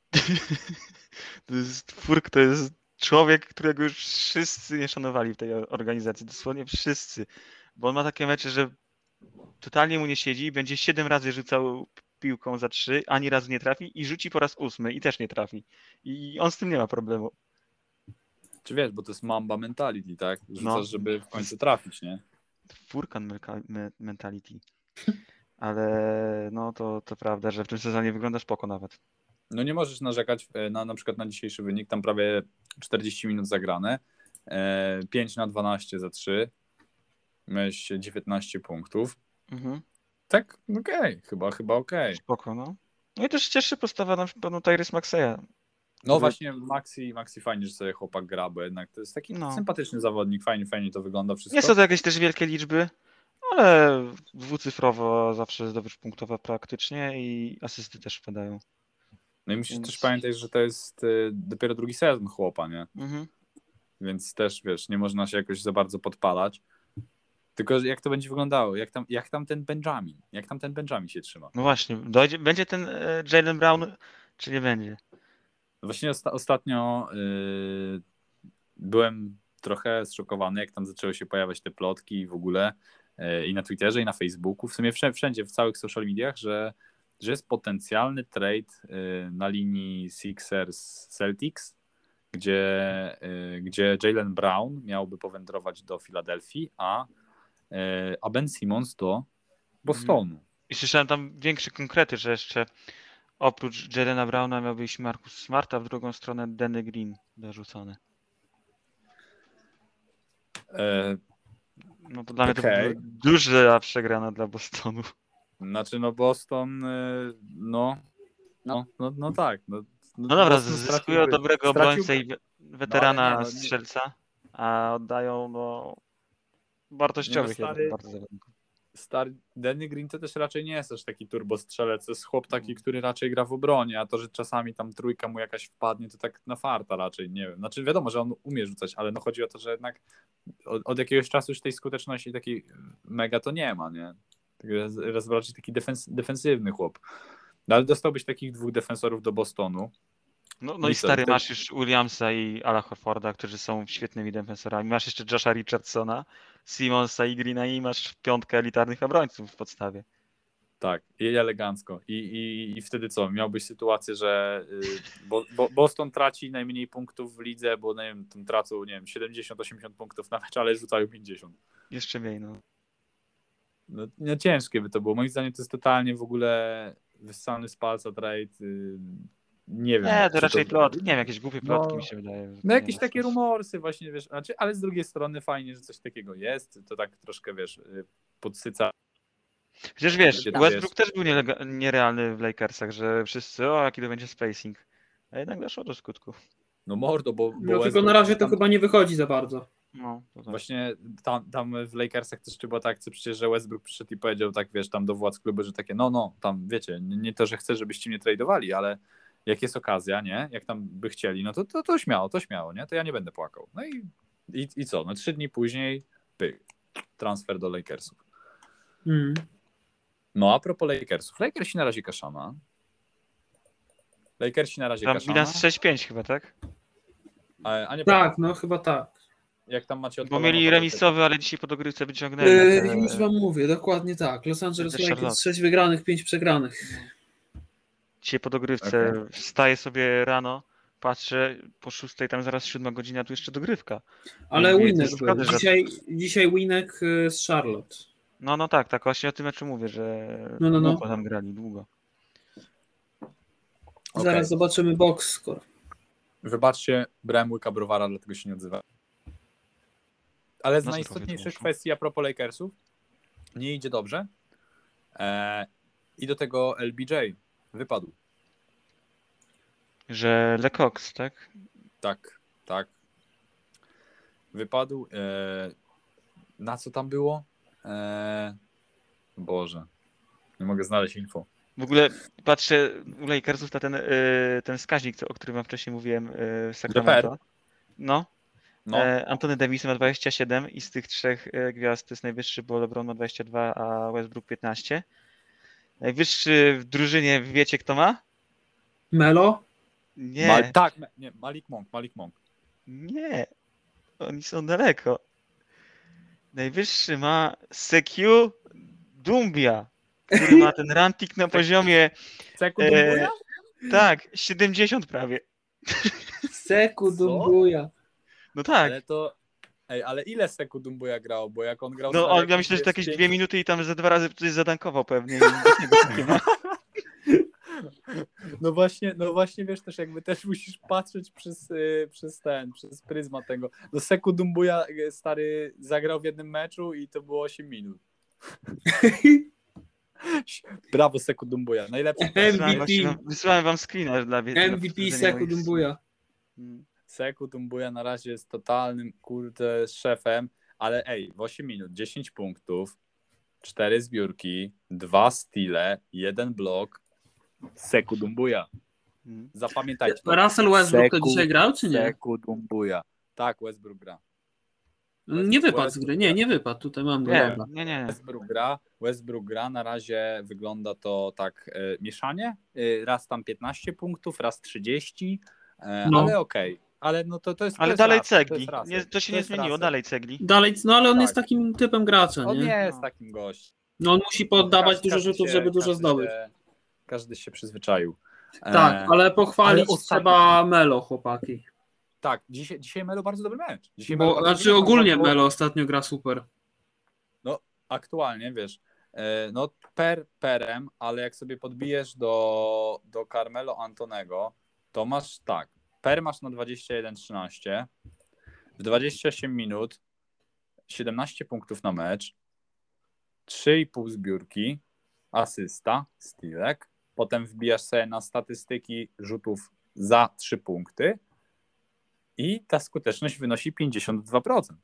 To jest, Furk to jest człowiek, którego już wszyscy nie szanowali w tej organizacji. Dosłownie wszyscy. Bo on ma takie mecze, że totalnie mu nie siedzi i będzie siedem razy rzucał piłką za trzy, ani razu nie trafi i rzuci po raz ósmy i też nie trafi. I on z tym nie ma problemu. Czy wiesz, bo to jest Mamba mentality, tak? Rzucasz, No. żeby w końcu trafić, nie? Furkan mentality. Ale no to, to prawda, że w tym sezonie wygląda spoko nawet. No nie możesz narzekać na, na przykład na dzisiejszy wynik, tam prawie czterdzieści minut zagrane, e, pięć na dwanaście za trzy, miałeś dziewiętnaście punktów. Mhm. Tak, okej, okay. chyba, chyba okej. Okay. Spoko, no. No i też cieszy postawa na przykład no, Tyrese Maxeya. No Wy... właśnie Maxi, Maxi fajnie, że sobie chłopak gra, bo jednak to jest taki no. sympatyczny zawodnik, fajnie, fajnie to wygląda wszystko. Nie są to jakieś też wielkie liczby, ale dwucyfrowo zawsze zdobycz punktowa praktycznie i asysty też wpadają. No i musisz Więc... też pamiętać, że to jest y, dopiero drugi sezon chłopa, nie? Mhm. Więc też, wiesz, nie można się jakoś za bardzo podpalać. Tylko jak to będzie wyglądało? Jak tam, jak tam ten Benjamin? Jak tam ten Benjamin się trzyma? No właśnie, dojdzie, będzie ten e, Jaylen Brown, czy nie będzie? Właśnie osta- ostatnio yy, byłem trochę zszokowany, jak tam zaczęły się pojawiać te plotki i w ogóle yy, i na Twitterze, i na Facebooku, w sumie wszędzie, w całych social mediach, że, że jest potencjalny trade yy, na linii Sixers-Celtics, gdzie, yy, gdzie Jaylen Brown miałby powędrować do Filadelfii, a a Ben Simmons do Bostonu. I słyszałem tam większe konkrety, że jeszcze oprócz Jaylena Browna miał być Marcus Smart, a w drugą stronę Danny Green dorzucony. E... No to dla mnie okay. to była duża przegrana dla Bostonu. Znaczy no Boston, no, no, no, no tak. No, no, no dobra, zyskują dobrego obrońcę i weterana no, nie, no, nie... strzelca, a oddają no wartościowych nie, no, stary, bardzo zawodników. Stary Danny Green to też raczej nie jest też taki turbostrzelec, to jest chłop taki, który raczej gra w obronie, a to, że czasami tam trójka mu jakaś wpadnie, to tak na farta raczej, nie wiem. Znaczy wiadomo, że on umie rzucać, ale no chodzi o to, że jednak od, od jakiegoś czasu już tej skuteczności takiej mega to nie ma, nie? Raz raczej taki defens, defensywny chłop. No, ale dostałbyś takich dwóch defensorów do Bostonu. No, no i, i stary, to, masz już Williamsa i Ala Horforda, którzy są świetnymi defensorami. Masz jeszcze Josha Richardsona, Simonsa i Greena i masz piątkę elitarnych obrońców w podstawie. Tak, i elegancko. I, i, i wtedy co? Miałbyś sytuację, że bo, bo Boston traci najmniej punktów w lidze, bo nie wiem, tam tracą, nie wiem, siedemdziesiąt osiemdziesiąt punktów na mecz, ale rzucają pięćdziesiąt. Jeszcze mniej, no. No, no ciężkie by to było. Moim zdaniem to jest totalnie w ogóle wyssany z palca trade. Nie wiem. Nie, to raczej to... plotki, nie wiem, jakieś głupie plotki no, mi się wydaje. No jakieś takie rumorsy właśnie, wiesz, znaczy, ale z drugiej strony fajnie, że coś takiego jest, to tak troszkę, wiesz, podsyca. Przecież wiesz, Westbrook też był nielega- nierealny w Lakersach, że wszyscy, o jaki to będzie spacing, a jednak doszło do skutku. No mordo, bo... bo no tylko Westbrook na razie to tam... chyba nie wychodzi za bardzo. No, to tak. Właśnie tam, tam w Lakersach też była ta akcja przecież, że Westbrook przyszedł i powiedział tak, wiesz, tam do władz klubu, że takie, no, no, tam wiecie, nie, nie to, że chcę, żebyście mnie tradowali, ale jak jest okazja, nie, jak tam by chcieli, no to, to, to śmiało, to śmiało, nie, to ja nie będę płakał. No i, i, i co, no trzy dni później, pyk, transfer do Lakersów. Mm. No a propos Lakersów, Lakersi na razie kaszana. Lakersi na razie tam kaszana. bilans sześć pięć chyba, tak? A, a nie tak, no chyba tak. Jak tam macie Bo mieli remisowy, ale dzisiaj po dogrywce wyciągnęli. Yy, te... Już wam mówię, dokładnie tak. Los Angeles Lakers sześć wygranych, pięć przegranych. Dzisiaj po dogrywce okay. Wstaję sobie rano, patrzę, po szóstej, tam zaraz siódma godzina, tu jeszcze dogrywka. Ale Winek był. Dzisiaj, dzisiaj Winek z Charlotte. No, no tak, tak właśnie o tym meczu mówię, że no, no, no. długo tam grali, długo. Okay. Zaraz zobaczymy box score. Wybaczcie, brałem łyka browara, dlatego się nie odzywa. Ale z no, najistotniejszych kwestii a propos Lakersów, nie idzie dobrze e, i do tego L B J wypadł. Że Lecoq, tak? Tak, tak. Wypadł. E, na co tam było? E, Boże, nie mogę znaleźć info. W ogóle patrzę u Lakersów na ten, y, ten wskaźnik, co- o którym wam wcześniej mówiłem, y, w Sacramento. No. No, E, Anthony Davis ma dwadzieścia siedem i z tych trzech e, gwiazd to jest najwyższy, bo LeBron ma dwadzieścia dwa, a Westbrook piętnaście. Najwyższy w drużynie, wiecie kto ma? Melo? Nie, Mal, tak, nie, Malik Monk, Malik Monk. nie. Oni są daleko. Najwyższy ma Sekou Doumbia, który ma ten ranking na poziomie, Seku E, Dumbuya? tak, siedemdziesiąt prawie. Seku Co? Dumbuya. No tak. Ale to... Ej, ale ile Seku Dumbuya grał? Bo jak on grał... No stary, on, ja jak myślę, że to jakieś pięć- dwie minuty i tam ze dwa razy coś zadankował pewnie. i nic niego nie ma. No właśnie, no właśnie wiesz też jakby też musisz patrzeć przez, y, przez ten, przez pryzmat tego. No Seku Dumbuya y, stary zagrał w jednym meczu i to było osiem minut. Brawo Seku Dumbuya, najlepszy. M V P. Wysłałem właśnie wam- Wysłałem wam screena dla dla M V P potwierdzenia Seku moich- Dumbuya. Mm. Seku Dumbuya na razie jest totalnym kurde szefem, ale ej, w osiem minut dziesięć punktów, cztery zbiórki, dwa steale, jeden blok. Seku Dumbuya. Mm. Zapamiętajcie to. Russell Westbrook to Seku- dzisiaj grał, czy nie? Seku Dumbuya. Tak, Westbrook gra. Nie wypadł z gry. Nie, nie wypadł. Tutaj mam go. Nie, Dobra. nie, nie. Westbrook gra, Westbrook gra, na razie wygląda to tak e, mieszanie, e, raz tam piętnaście punktów, raz trzydzieści, e, No. ale okej, ale no to, to jest to Ale jest dalej Russell, to cegli. jest Russell, Nie, to się nie jest zmieniło, Russell. dalej cegli. Dalej, no ale on Tak. jest takim typem gracza, On nie? nie jest No. takim gościem. No on musi poddawać Każdy- dużo każdy rzutów, się- żeby dużo każdy zdobyć. Się, każdy się przyzwyczaił. E, Tak, ale pochwalić ale ostatnio- trzeba Melo, chłopaki. Tak, dzisiaj, dzisiaj Melo bardzo dobry mecz. Dzisiaj Melo Bo, bardzo znaczy dobry mecz. ogólnie Bo- Melo ostatnio gra super. Aktualnie, wiesz, e, no per perem, ale jak sobie podbijesz do, do Carmelo Antonego, to masz tak, per masz na dwadzieścia jeden trzynaście, w dwadzieścia osiem minut, siedemnaście punktów na mecz, trzy i pół zbiórki, asysta, stealek, potem wbijasz sobie na statystyki rzutów za trzy punkty i ta skuteczność wynosi pięćdziesiąt dwa procent.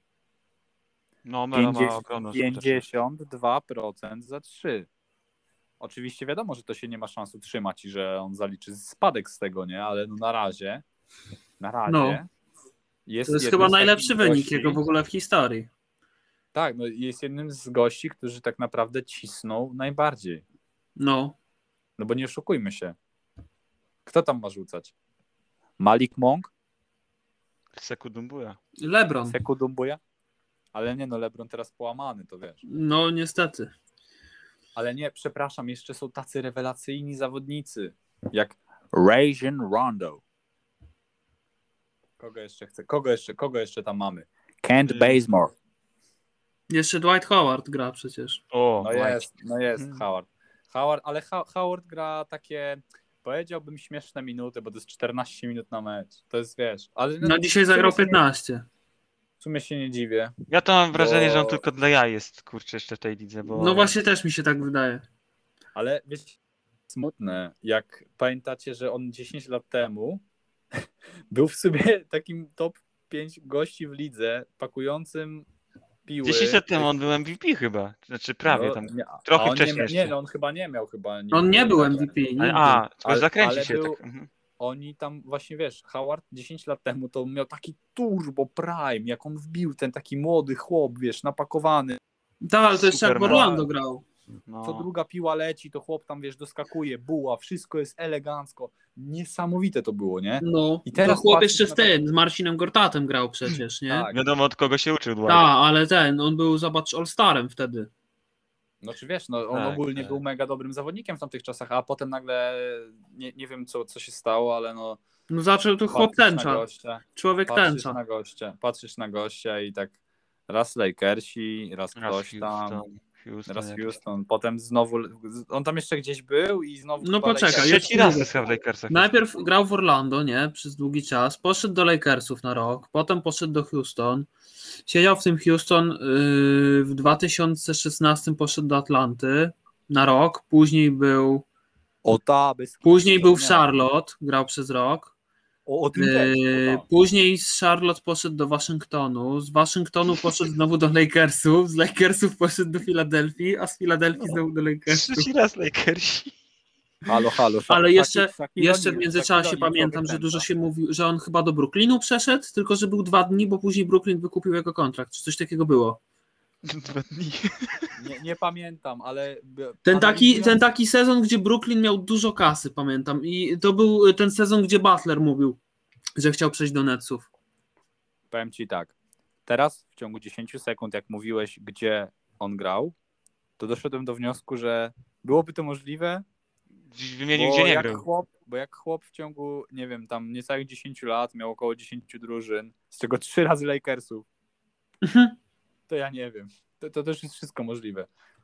No, Melo ma ogromną skuteczność. pięćdziesiąt dwa procent za trzy. Oczywiście wiadomo, że to się nie ma szans utrzymać i że on zaliczy spadek z tego, nie? Ale no na razie, na razie No. jest To jest jednym chyba z najlepszy takich wynik gości, jego w ogóle w historii. Tak, no jest jednym z gości, którzy tak naprawdę cisną najbardziej. No. No bo nie oszukujmy się. Kto tam ma rzucać? Malik Monk? Seku Dumbuya. LeBron. Seku Dumbuya? Ale nie no, LeBron teraz połamany, to wiesz. No niestety. Ale nie, przepraszam, jeszcze są tacy rewelacyjni zawodnicy, jak Rajon Rondo. Kogo jeszcze chce? Kogo jeszcze, kogo jeszcze tam mamy? Kent Y- Bazemore. Jeszcze Dwight Howard gra przecież. O, No Dwight. jest, no jest Mhm. Howard. Howard, ale ha- Howard gra takie, powiedziałbym, śmieszne minuty, bo to jest czternaście minut na mecz. To jest, wiesz, ale No dzisiaj w sumie zagrał się nie- piętnaście. W sumie się nie dziwię. Ja to mam wrażenie, Bo- że on tylko dla jaj jest, kurczę, jeszcze w tej lidze, bo... No właśnie też mi się tak wydaje. Ale wiecie, smutne, jak pamiętacie, że on dziesięć lat temu był w sobie takim top pięć gości w lidze, pakującym piły. dziesięć lat temu on był M V P chyba, znaczy prawie No, tam. nie, a trochę on wcześniej Nie, jeszcze. nie, no on chyba nie miał chyba. On nie był tak, M V P. Ale, nigdy. a, tylko Ale- zakręci ale się był- tak. Mhm. Oni tam właśnie, wiesz, Howard dziesięć lat temu to miał taki turbo prime, jak on wbił, ten taki młody chłop, wiesz, napakowany. Tak, ale to jeszcze jak w Superman. Orlando grał. No. Co druga piła leci, to chłop tam, wiesz, doskakuje, buła, wszystko jest elegancko. Niesamowite to było, nie? No. I I teraz to chłop patrzysz jeszcze z na to- tym, z Marcinem Gortatem grał przecież, nie? Tak. Wiadomo od kogo się uczył Dwight. Tak, ale ten, on był, zobacz, All-Starem wtedy. No czy wiesz, no, on Tak, ogólnie tak. był mega dobrym zawodnikiem w tamtych czasach, a potem nagle, nie, nie wiem co, co się stało, ale no No zaczął tu chłop patrzysz na tęcza. gościa, Człowiek patrzysz tęcza. na gościa, patrzysz na gościa i tak raz Lakersi, raz Raz ktoś tam, Houston, Houston. Teraz jakiś. Houston, potem znowu, on tam jeszcze gdzieś był i znowu... No chyba poczekaj, Lakers. jest- Trzeci raz jest w Lakersach. Najpierw grał w Orlando, nie? Przez długi czas. Poszedł do Lakersów na rok. Potem poszedł do Houston. Siedział w tym Houston. Yy, w dwa tysiące szesnastym poszedł do Atlanty na rok. Później był, O ta, bez kitu, później był w zapomniałem. Charlotte. Grał przez rok. O, o tym też, Yy, o, ta. później z Charlotte poszedł do Waszyngtonu. Z Waszyngtonu poszedł znowu do Lakersów. Z Lakersów poszedł do Filadelfii, a z Filadelfii No. znowu do Lakersów. Trzeci raz Lakersi. Halo, halo. Ale Shaq- jeszcze, Shaquille O'Neal, jeszcze w międzyczasie Shaquille O'Neal pamiętam, że wykręca. dużo się mówi, że on chyba do Brooklynu przeszedł, tylko że był dwa dni, bo później Brooklyn wykupił jego kontrakt, czy coś takiego było. Dwa dni. Nie, nie pamiętam, ale... Ten taki, analizując- ten taki sezon, gdzie Brooklyn miał dużo kasy, pamiętam. I to był ten sezon, gdzie Butler mówił, że chciał przejść do Netsów. Powiem ci tak, teraz w ciągu dziesięć sekund, jak mówiłeś, gdzie on grał, to doszedłem do wniosku, że byłoby to możliwe, Wymienił, bo gdzie nie jak, grał. chłop, bo jak chłop w ciągu, nie wiem, tam niecałych dziesięć lat miał około dziesięć drużyn, z czego trzy razy Lakersów, Mhm. to ja nie wiem. To, to też jest wszystko możliwe.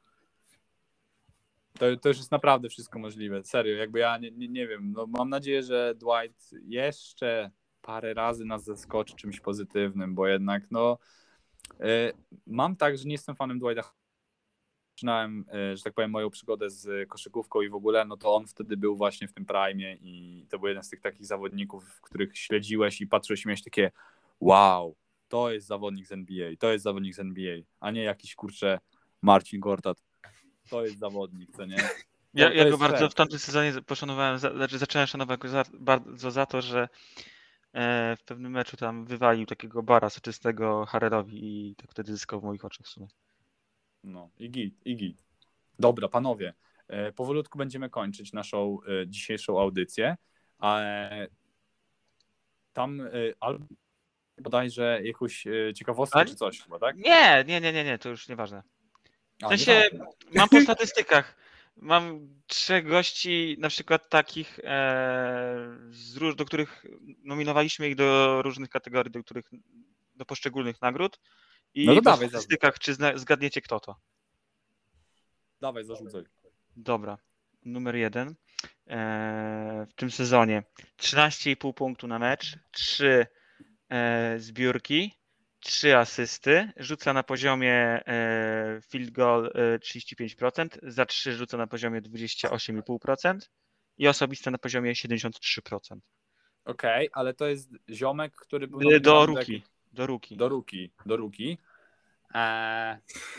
To, to już jest naprawdę wszystko możliwe. Serio, jakby ja nie, nie, nie wiem. No, mam nadzieję, że Dwight jeszcze parę razy nas zaskoczy czymś pozytywnym, bo jednak no y, mam tak, że nie jestem fanem Dwighta. Zaczynałem, y, że tak powiem, moją przygodę z koszykówką i w ogóle, no to on wtedy był właśnie w tym prime i to był jeden z tych takich zawodników, których śledziłeś i patrzyłeś i miałeś takie wow, to jest zawodnik z N B A, to jest zawodnik z N B A, a nie jakiś, kurczę, Marcin Gortat. To jest zawodnik, co nie? Ja, to ja go jest bardzo fair. w tamtym sezonie poszanowałem, za, znaczy zacząłem szanować go za, bardzo za to, że e, w pewnym meczu tam wywalił takiego bara soczystego Harrerowi i tak wtedy zyskał w moich oczach w sumie. No i git, i git. Dobra, panowie, e, powolutku będziemy kończyć naszą e, dzisiejszą audycję, ale tam e, albo bodajże jakąś e, ciekawostkę Ale- czy coś chyba, tak? Nie, nie, nie, nie, nie, to już nieważne. A, W sensie nieważne. mam po statystykach. Mam trzech gości, na przykład takich, e, z, róż- do których nominowaliśmy ich do różnych kategorii, do których do poszczególnych nagród. I No to po dawaj, statystykach, czy zna, zgadniecie kto to? Dawaj, zarzucaj. Dobra, numer jeden. E, w tym sezonie trzynaście i pół punktu na mecz, trzy e, zbiórki, trzy asysty, rzuca na poziomie e, field goal e, trzydzieści pięć procent, za trzy rzuca na poziomie dwadzieścia osiem i pół procent i osobiste na poziomie siedemdziesiąt trzy procent. Okej, ale to jest ziomek, który był Do nominowany do ruki, jakiej- do ruki. Do ruki, do ruki. Eee,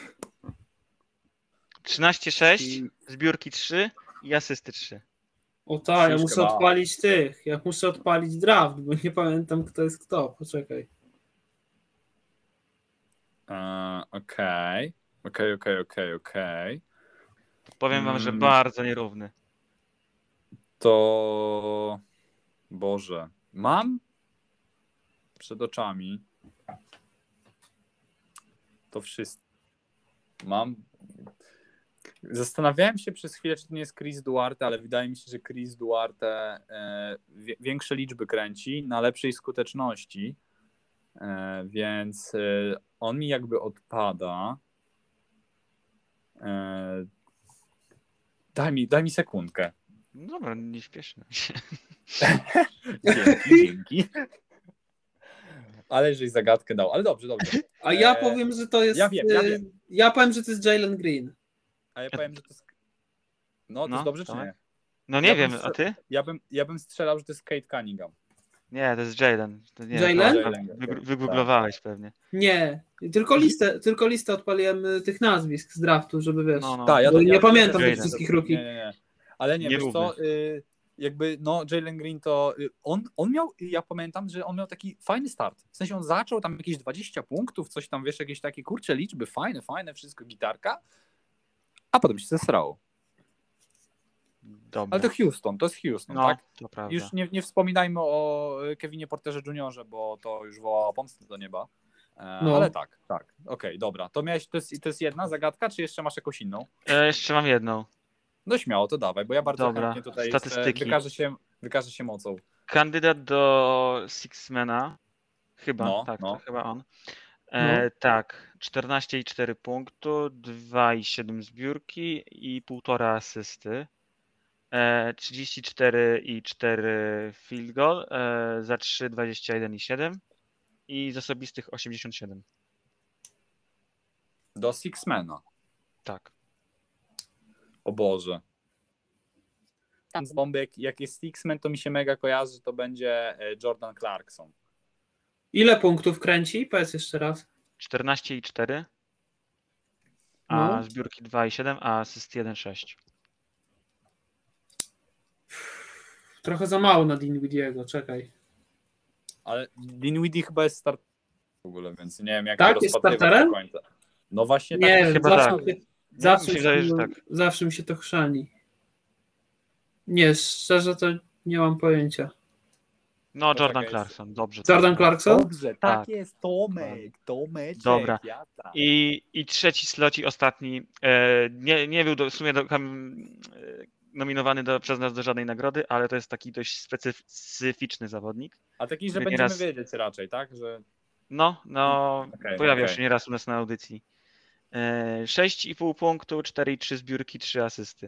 trzynaście sześć, i- zbiórki trzy i asysty trzy. O tak, ja Krzyżka muszę mała. odpalić tych, ja muszę odpalić draft, bo nie pamiętam kto jest kto, poczekaj. eee, Okej, okej, okej, okej, okej. Powiem wam, że Mm. bardzo nierówny. To Boże, mam przed oczami to wszystko. Mam. Zastanawiałem się przez chwilę, czy to nie jest Chris Duarte, ale wydaje mi się, że Chris Duarte e, wie, większe liczby kręci na lepszej skuteczności, e, więc e, on mi jakby odpada. E, daj mi, daj mi sekundkę. No dobra, nie śpieszmy się. Dzięki, dzięki. Ale żeś zagadkę dał, ale dobrze, dobrze. A ja Eee, powiem, że to jest. ja wiem, ja y, wiem. ja powiem, że to jest Jalen Green. A ja powiem, że to jest... No, to No, jest dobrze, czy dawaj. nie? No nie Ja wiem, bym a ty? Ja bym, ja bym strzelał, że to jest Kate Cunningham. Nie, to jest Jalen. To nie, Jalen? to- Wy, wygooglowałeś pewnie. Nie, tylko listę, tylko listę odpaliłem y, tych nazwisk z draftu, żeby wiesz. No, no. Tak, ja Bo to- nie ja- pamiętam ja- tych wszystkich rookie. Nie, nie, nie. Ale nie, Nierówny. wiesz co, y, jakby no Jalen Green to, y, on, on miał, ja pamiętam, że on miał taki fajny start. W sensie on zaczął tam jakieś dwadzieścia punktów, coś tam, wiesz, jakieś takie kurcze liczby, fajne, fajne, wszystko, gitarka, a potem się zesrało. Dobra. Ale to Houston, to jest Houston, no, tak? to prawda. Już nie, nie wspominajmy o Kevinie Porterze juniorze, bo to już wołało pomstę do nieba. E, No. Ale tak, tak. Okej, dobra. To miałeś, to jest, to jest jedna zagadka, czy jeszcze masz jakąś inną? E, jeszcze mam jedną. No śmiało, to dawaj, bo ja bardzo Dobra, chętnie tutaj statystyki. jeszcze wykażę się, wykażę się mocą. Kandydat do Sixmana. Chyba, No, tak, no. to chyba on. E, tak, czternaście i cztery punktu, dwa i siedem zbiórki i półtora asysty. E, trzydzieści cztery i cztery field goal, e, za trzy, dwadzieścia jeden i siedem i z osobistych osiemdziesiąt siedem. Do Sixmana. Tak. O Boże. Tam z bomby, jak, jak jest Sixman, to mi się mega kojarzy, to będzie e, Jordan Clarkson. Ile punktów kręci? Powiedz jeszcze raz. czternaście i cztery, a No. zbiórki dwa i siedem, a asyst jeden i sześć. Trochę za mało na Dinwidiego, czekaj. Ale Dinwiddie chyba jest start w ogóle, więc nie wiem jak Tak? to Jest rozpatrywać starterem? do końca. No właśnie Nie tak. wiem, chyba zawsze, tak. mi się- zawsze, Mi się mi wydaje, się, że tak. zawsze mi się to chrzani. Nie, szczerze to nie mam pojęcia. No, Poczekaj, Jordan jest- Clarkson, dobrze. Jordan tak. Clarkson? Dobrze, tak, Tak. jest, Tomek, Tomeczek, Dobra. jazda. I, I trzeci sloci, ostatni, e, nie, nie był do, w sumie do, kam, e, nominowany do, przez nas do żadnej nagrody, ale to jest taki dość specyficzny zawodnik. A taki, że który będziemy nieraz- wiedzieć raczej, tak? Że... No, no, Okej, pojawiał okej. się nieraz u nas na audycji. E, sześć i pół punktu, cztery i trzy zbiórki, trzy asysty.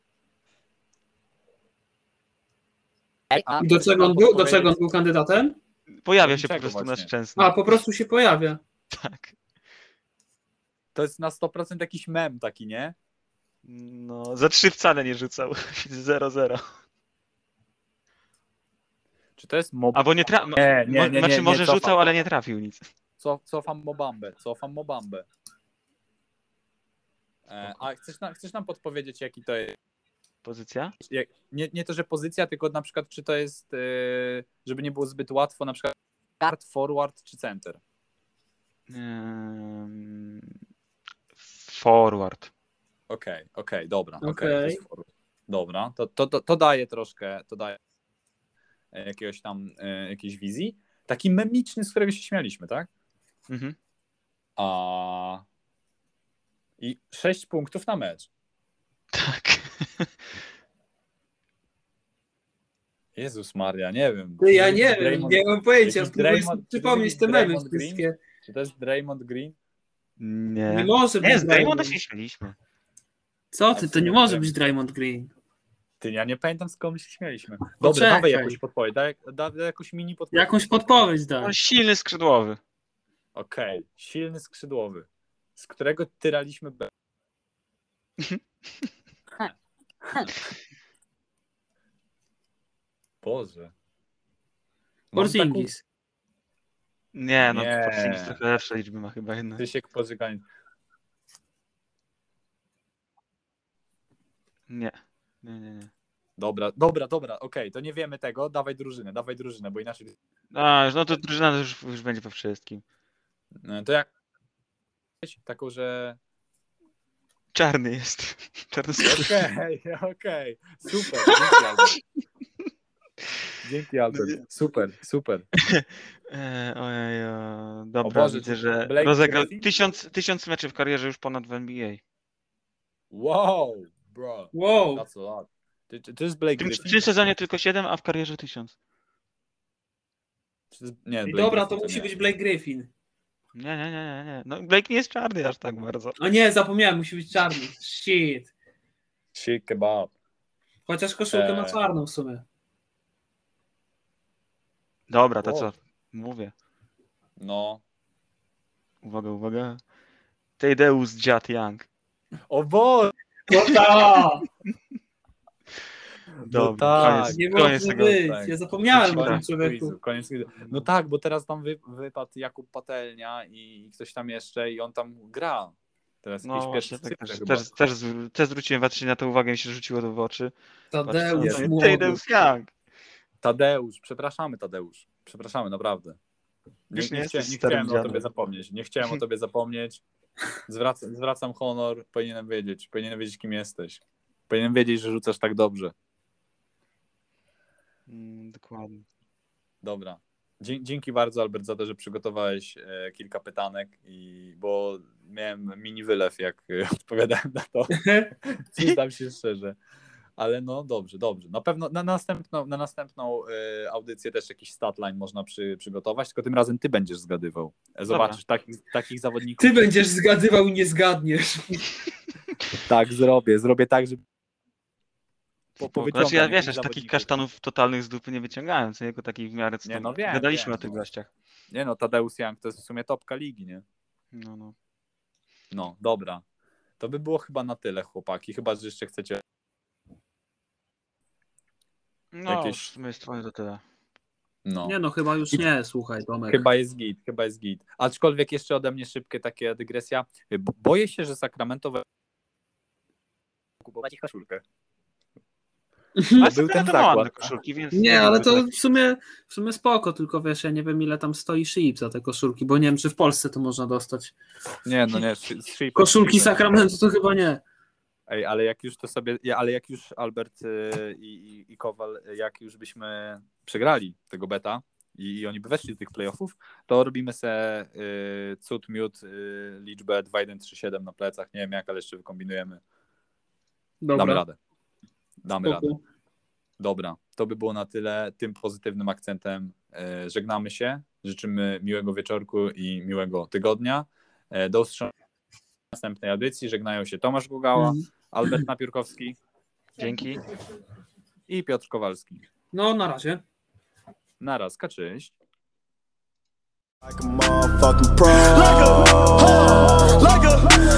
A, I do czego on był, do czego on był kandydatem? Pojawia Do się po niczego prostu właśnie. nasz często. A, po prostu się pojawia. Tak. To jest na sto procent jakiś mem taki, nie? No, za trzy wcale nie rzucał. zero zero. Czy to jest mob... Albo nie trafił. Nie, nie, nie, nie, Znaczy nie, może cofam. rzucał, ale nie trafił nic. Co, cofam Mobambę, cofam Mobambę. E, a chcesz, na, chcesz nam podpowiedzieć, jaki to jest? Pozycja? Jak, nie, nie to, że pozycja, tylko na przykład, czy to jest, e, żeby nie było zbyt łatwo, na przykład guard, forward czy center? Ym, Forward. Okej, okej, dobra. okej, Okej. to jest forward. Dobra, to, to, to, to daje troszkę, to daje e, jakiegoś tam, e, jakiejś wizji. Taki memiczny, z którego się śmialiśmy, tak? Mhm. A... I sześć punktów na mecz. Tak. Jezus Maria, nie wiem. Ty, ja Jakiś nie wiem, Draymond- nie mam pojęcia. jakiś Próbuję Draymond- sobie przypomnieć czy te to memy Draymond Green? wszystkie. Czy to jest Draymond Green? Nie. Nie może być Nie, z Draymonda Draymond. się śmieliśmy. Co ty, to nie może być Draymond Green. Ty, ja nie pamiętam, z kogo się śmialiśmy. Dobra, Poczekaj. dawaj jakąś podpowiedź, daj, daj, daj jakąś mini podpowiedź. Jakąś podpowiedź daj. On silny skrzydłowy. Okej, silny skrzydłowy, z którego tyraliśmy B. Boże. Mam Porzingis. Nie, no Nie. Porzingis trochę lepsze liczby ma chyba taką- jednak. Krzysiek Pożyganie. Nie. Nie, nie, nie. Dobra, dobra, dobra, okej, to nie wiemy tego, dawaj drużynę, dawaj drużynę, bo inaczej... A, no to drużyna już, już będzie po wszystkim. E, To jak... Taką, że... Czarny jest. Czarny skrzydłowy. Okej, okej, super, dzięki Albert. Dzięki Albert, super, super. E, ojej, o, dobra, O Boże, widzę, czy że Blake rozegrał Griffin? tysiąc, tysiąc meczy w karierze już ponad w N B A. Wow, bro, Wow. that's a lot. Czy, czy, czy jest Blake W tym, w Griffin? tym sezonie tylko siedem, a w karierze tysiąc. Czy to jest... Nie, I Blake dobra, Griffin to musi nie. być Blake Griffin. Nie, nie, nie, nie, nie. No Blake nie jest czarny aż tak bardzo. A nie, zapomniałem, musi być czarny. Shit. Shit kebab. Chociaż koszulkę Eee. ma czarną w sumie. Dobra, to Wow. co? Mówię. No. Uwaga, uwaga. Tadeusz Jat Young. O Boże! No tak, Dobra, tak. koniec, nie koniec może tego. być. tak. Ja zapomniałem o tym Koniec człowieku. quizu, koniec quizu. No tak, bo teraz tam wy, wypadł Jakub Patelnia i ktoś tam jeszcze i on tam gra. Teraz No jakieś właśnie, pierwsze tak, cyfry też, chyba. też, też, zwr- też zwróciłem patrzeć na to uwagę, mi się rzuciło to w oczy. Tadeusz Patrzę, młody. Tadeusz Young. Tadeusz, przepraszamy Tadeusz. Przepraszamy, naprawdę. Nie, Już nie nie, chcia, jesteś nie starym chciałem o dziadem. tobie zapomnieć. Nie chciałem o tobie zapomnieć. Zwracam, zwracam honor. Powinienem wiedzieć. Powinienem wiedzieć, kim jesteś. Powinienem wiedzieć, że rzucasz tak dobrze. Mm, dokładnie. Dobra. Dzie- Dzięki bardzo, Albert, za to, że przygotowałeś e, kilka pytanek, i, bo miałem mini wylew, jak e, odpowiadałem na to. Przyznam się szczerze. Ale no dobrze, dobrze. Na pewno na następną, na następną y, audycję też jakiś statline można przy, przygotować, tylko tym razem ty będziesz zgadywał. Zobaczysz, takich, takich zawodników. Ty będziesz zgadywał i nie zgadniesz. Tak, zrobię. Zrobię tak, że po, po Znaczy ja wiesz, jakichś że takich zawodników. kasztanów totalnych z dupy nie wyciągałem, co tylko takich w miarę, co Nie, tam no wiem, gadaliśmy wiem, o tych no. gościach. Nie no, Tadeusz Young to jest w sumie topka ligi, nie? No, no. No, dobra. To by było chyba na tyle, chłopaki. Chyba, że jeszcze chcecie... No, Jakieś- z mojej strony to tyle. No. Nie no, chyba już nie, słuchaj, Tomek. Chyba jest git, chyba jest git. Aczkolwiek jeszcze ode mnie szybkie takie dygresja. B- Boję się, że Sacramento we... kupować ich koszulkę. Ale był ten to ma ładne zakład. koszulki, więc... Nie, ale to byłby w sumie, w sumie spoko, tylko wiesz, ja nie wiem ile tam stoi szyb za te koszulki, bo nie wiem, czy w Polsce to można dostać. Nie, no nie. szy- szy- Koszulki szy- Sacramento to chyba nie. Ej, ale jak już to sobie, ja- ale jak już Albert y, i, i, i Kowal, jak już byśmy przegrali tego beta i, i oni by weszli do tych playoffów, to robimy se y, cud, miód, y, liczbę dwa jeden trzy siedem na plecach, nie wiem jak, ale jeszcze wykombinujemy. Damy Dobra, radę. Damy radę. spoko. Dobra, to by było na tyle. Tym pozytywnym akcentem y, żegnamy się. Życzymy miłego wieczorku i miłego tygodnia. Y, do usłyszenia w następnej audycji. Żegnają się Tomasz Gugała, Mhm. Albert Napiórkowski Dzięki. i Piotr Kowalski. No, na razie. Naraz, cześć. Like a motherfucking pro. Like a, like a,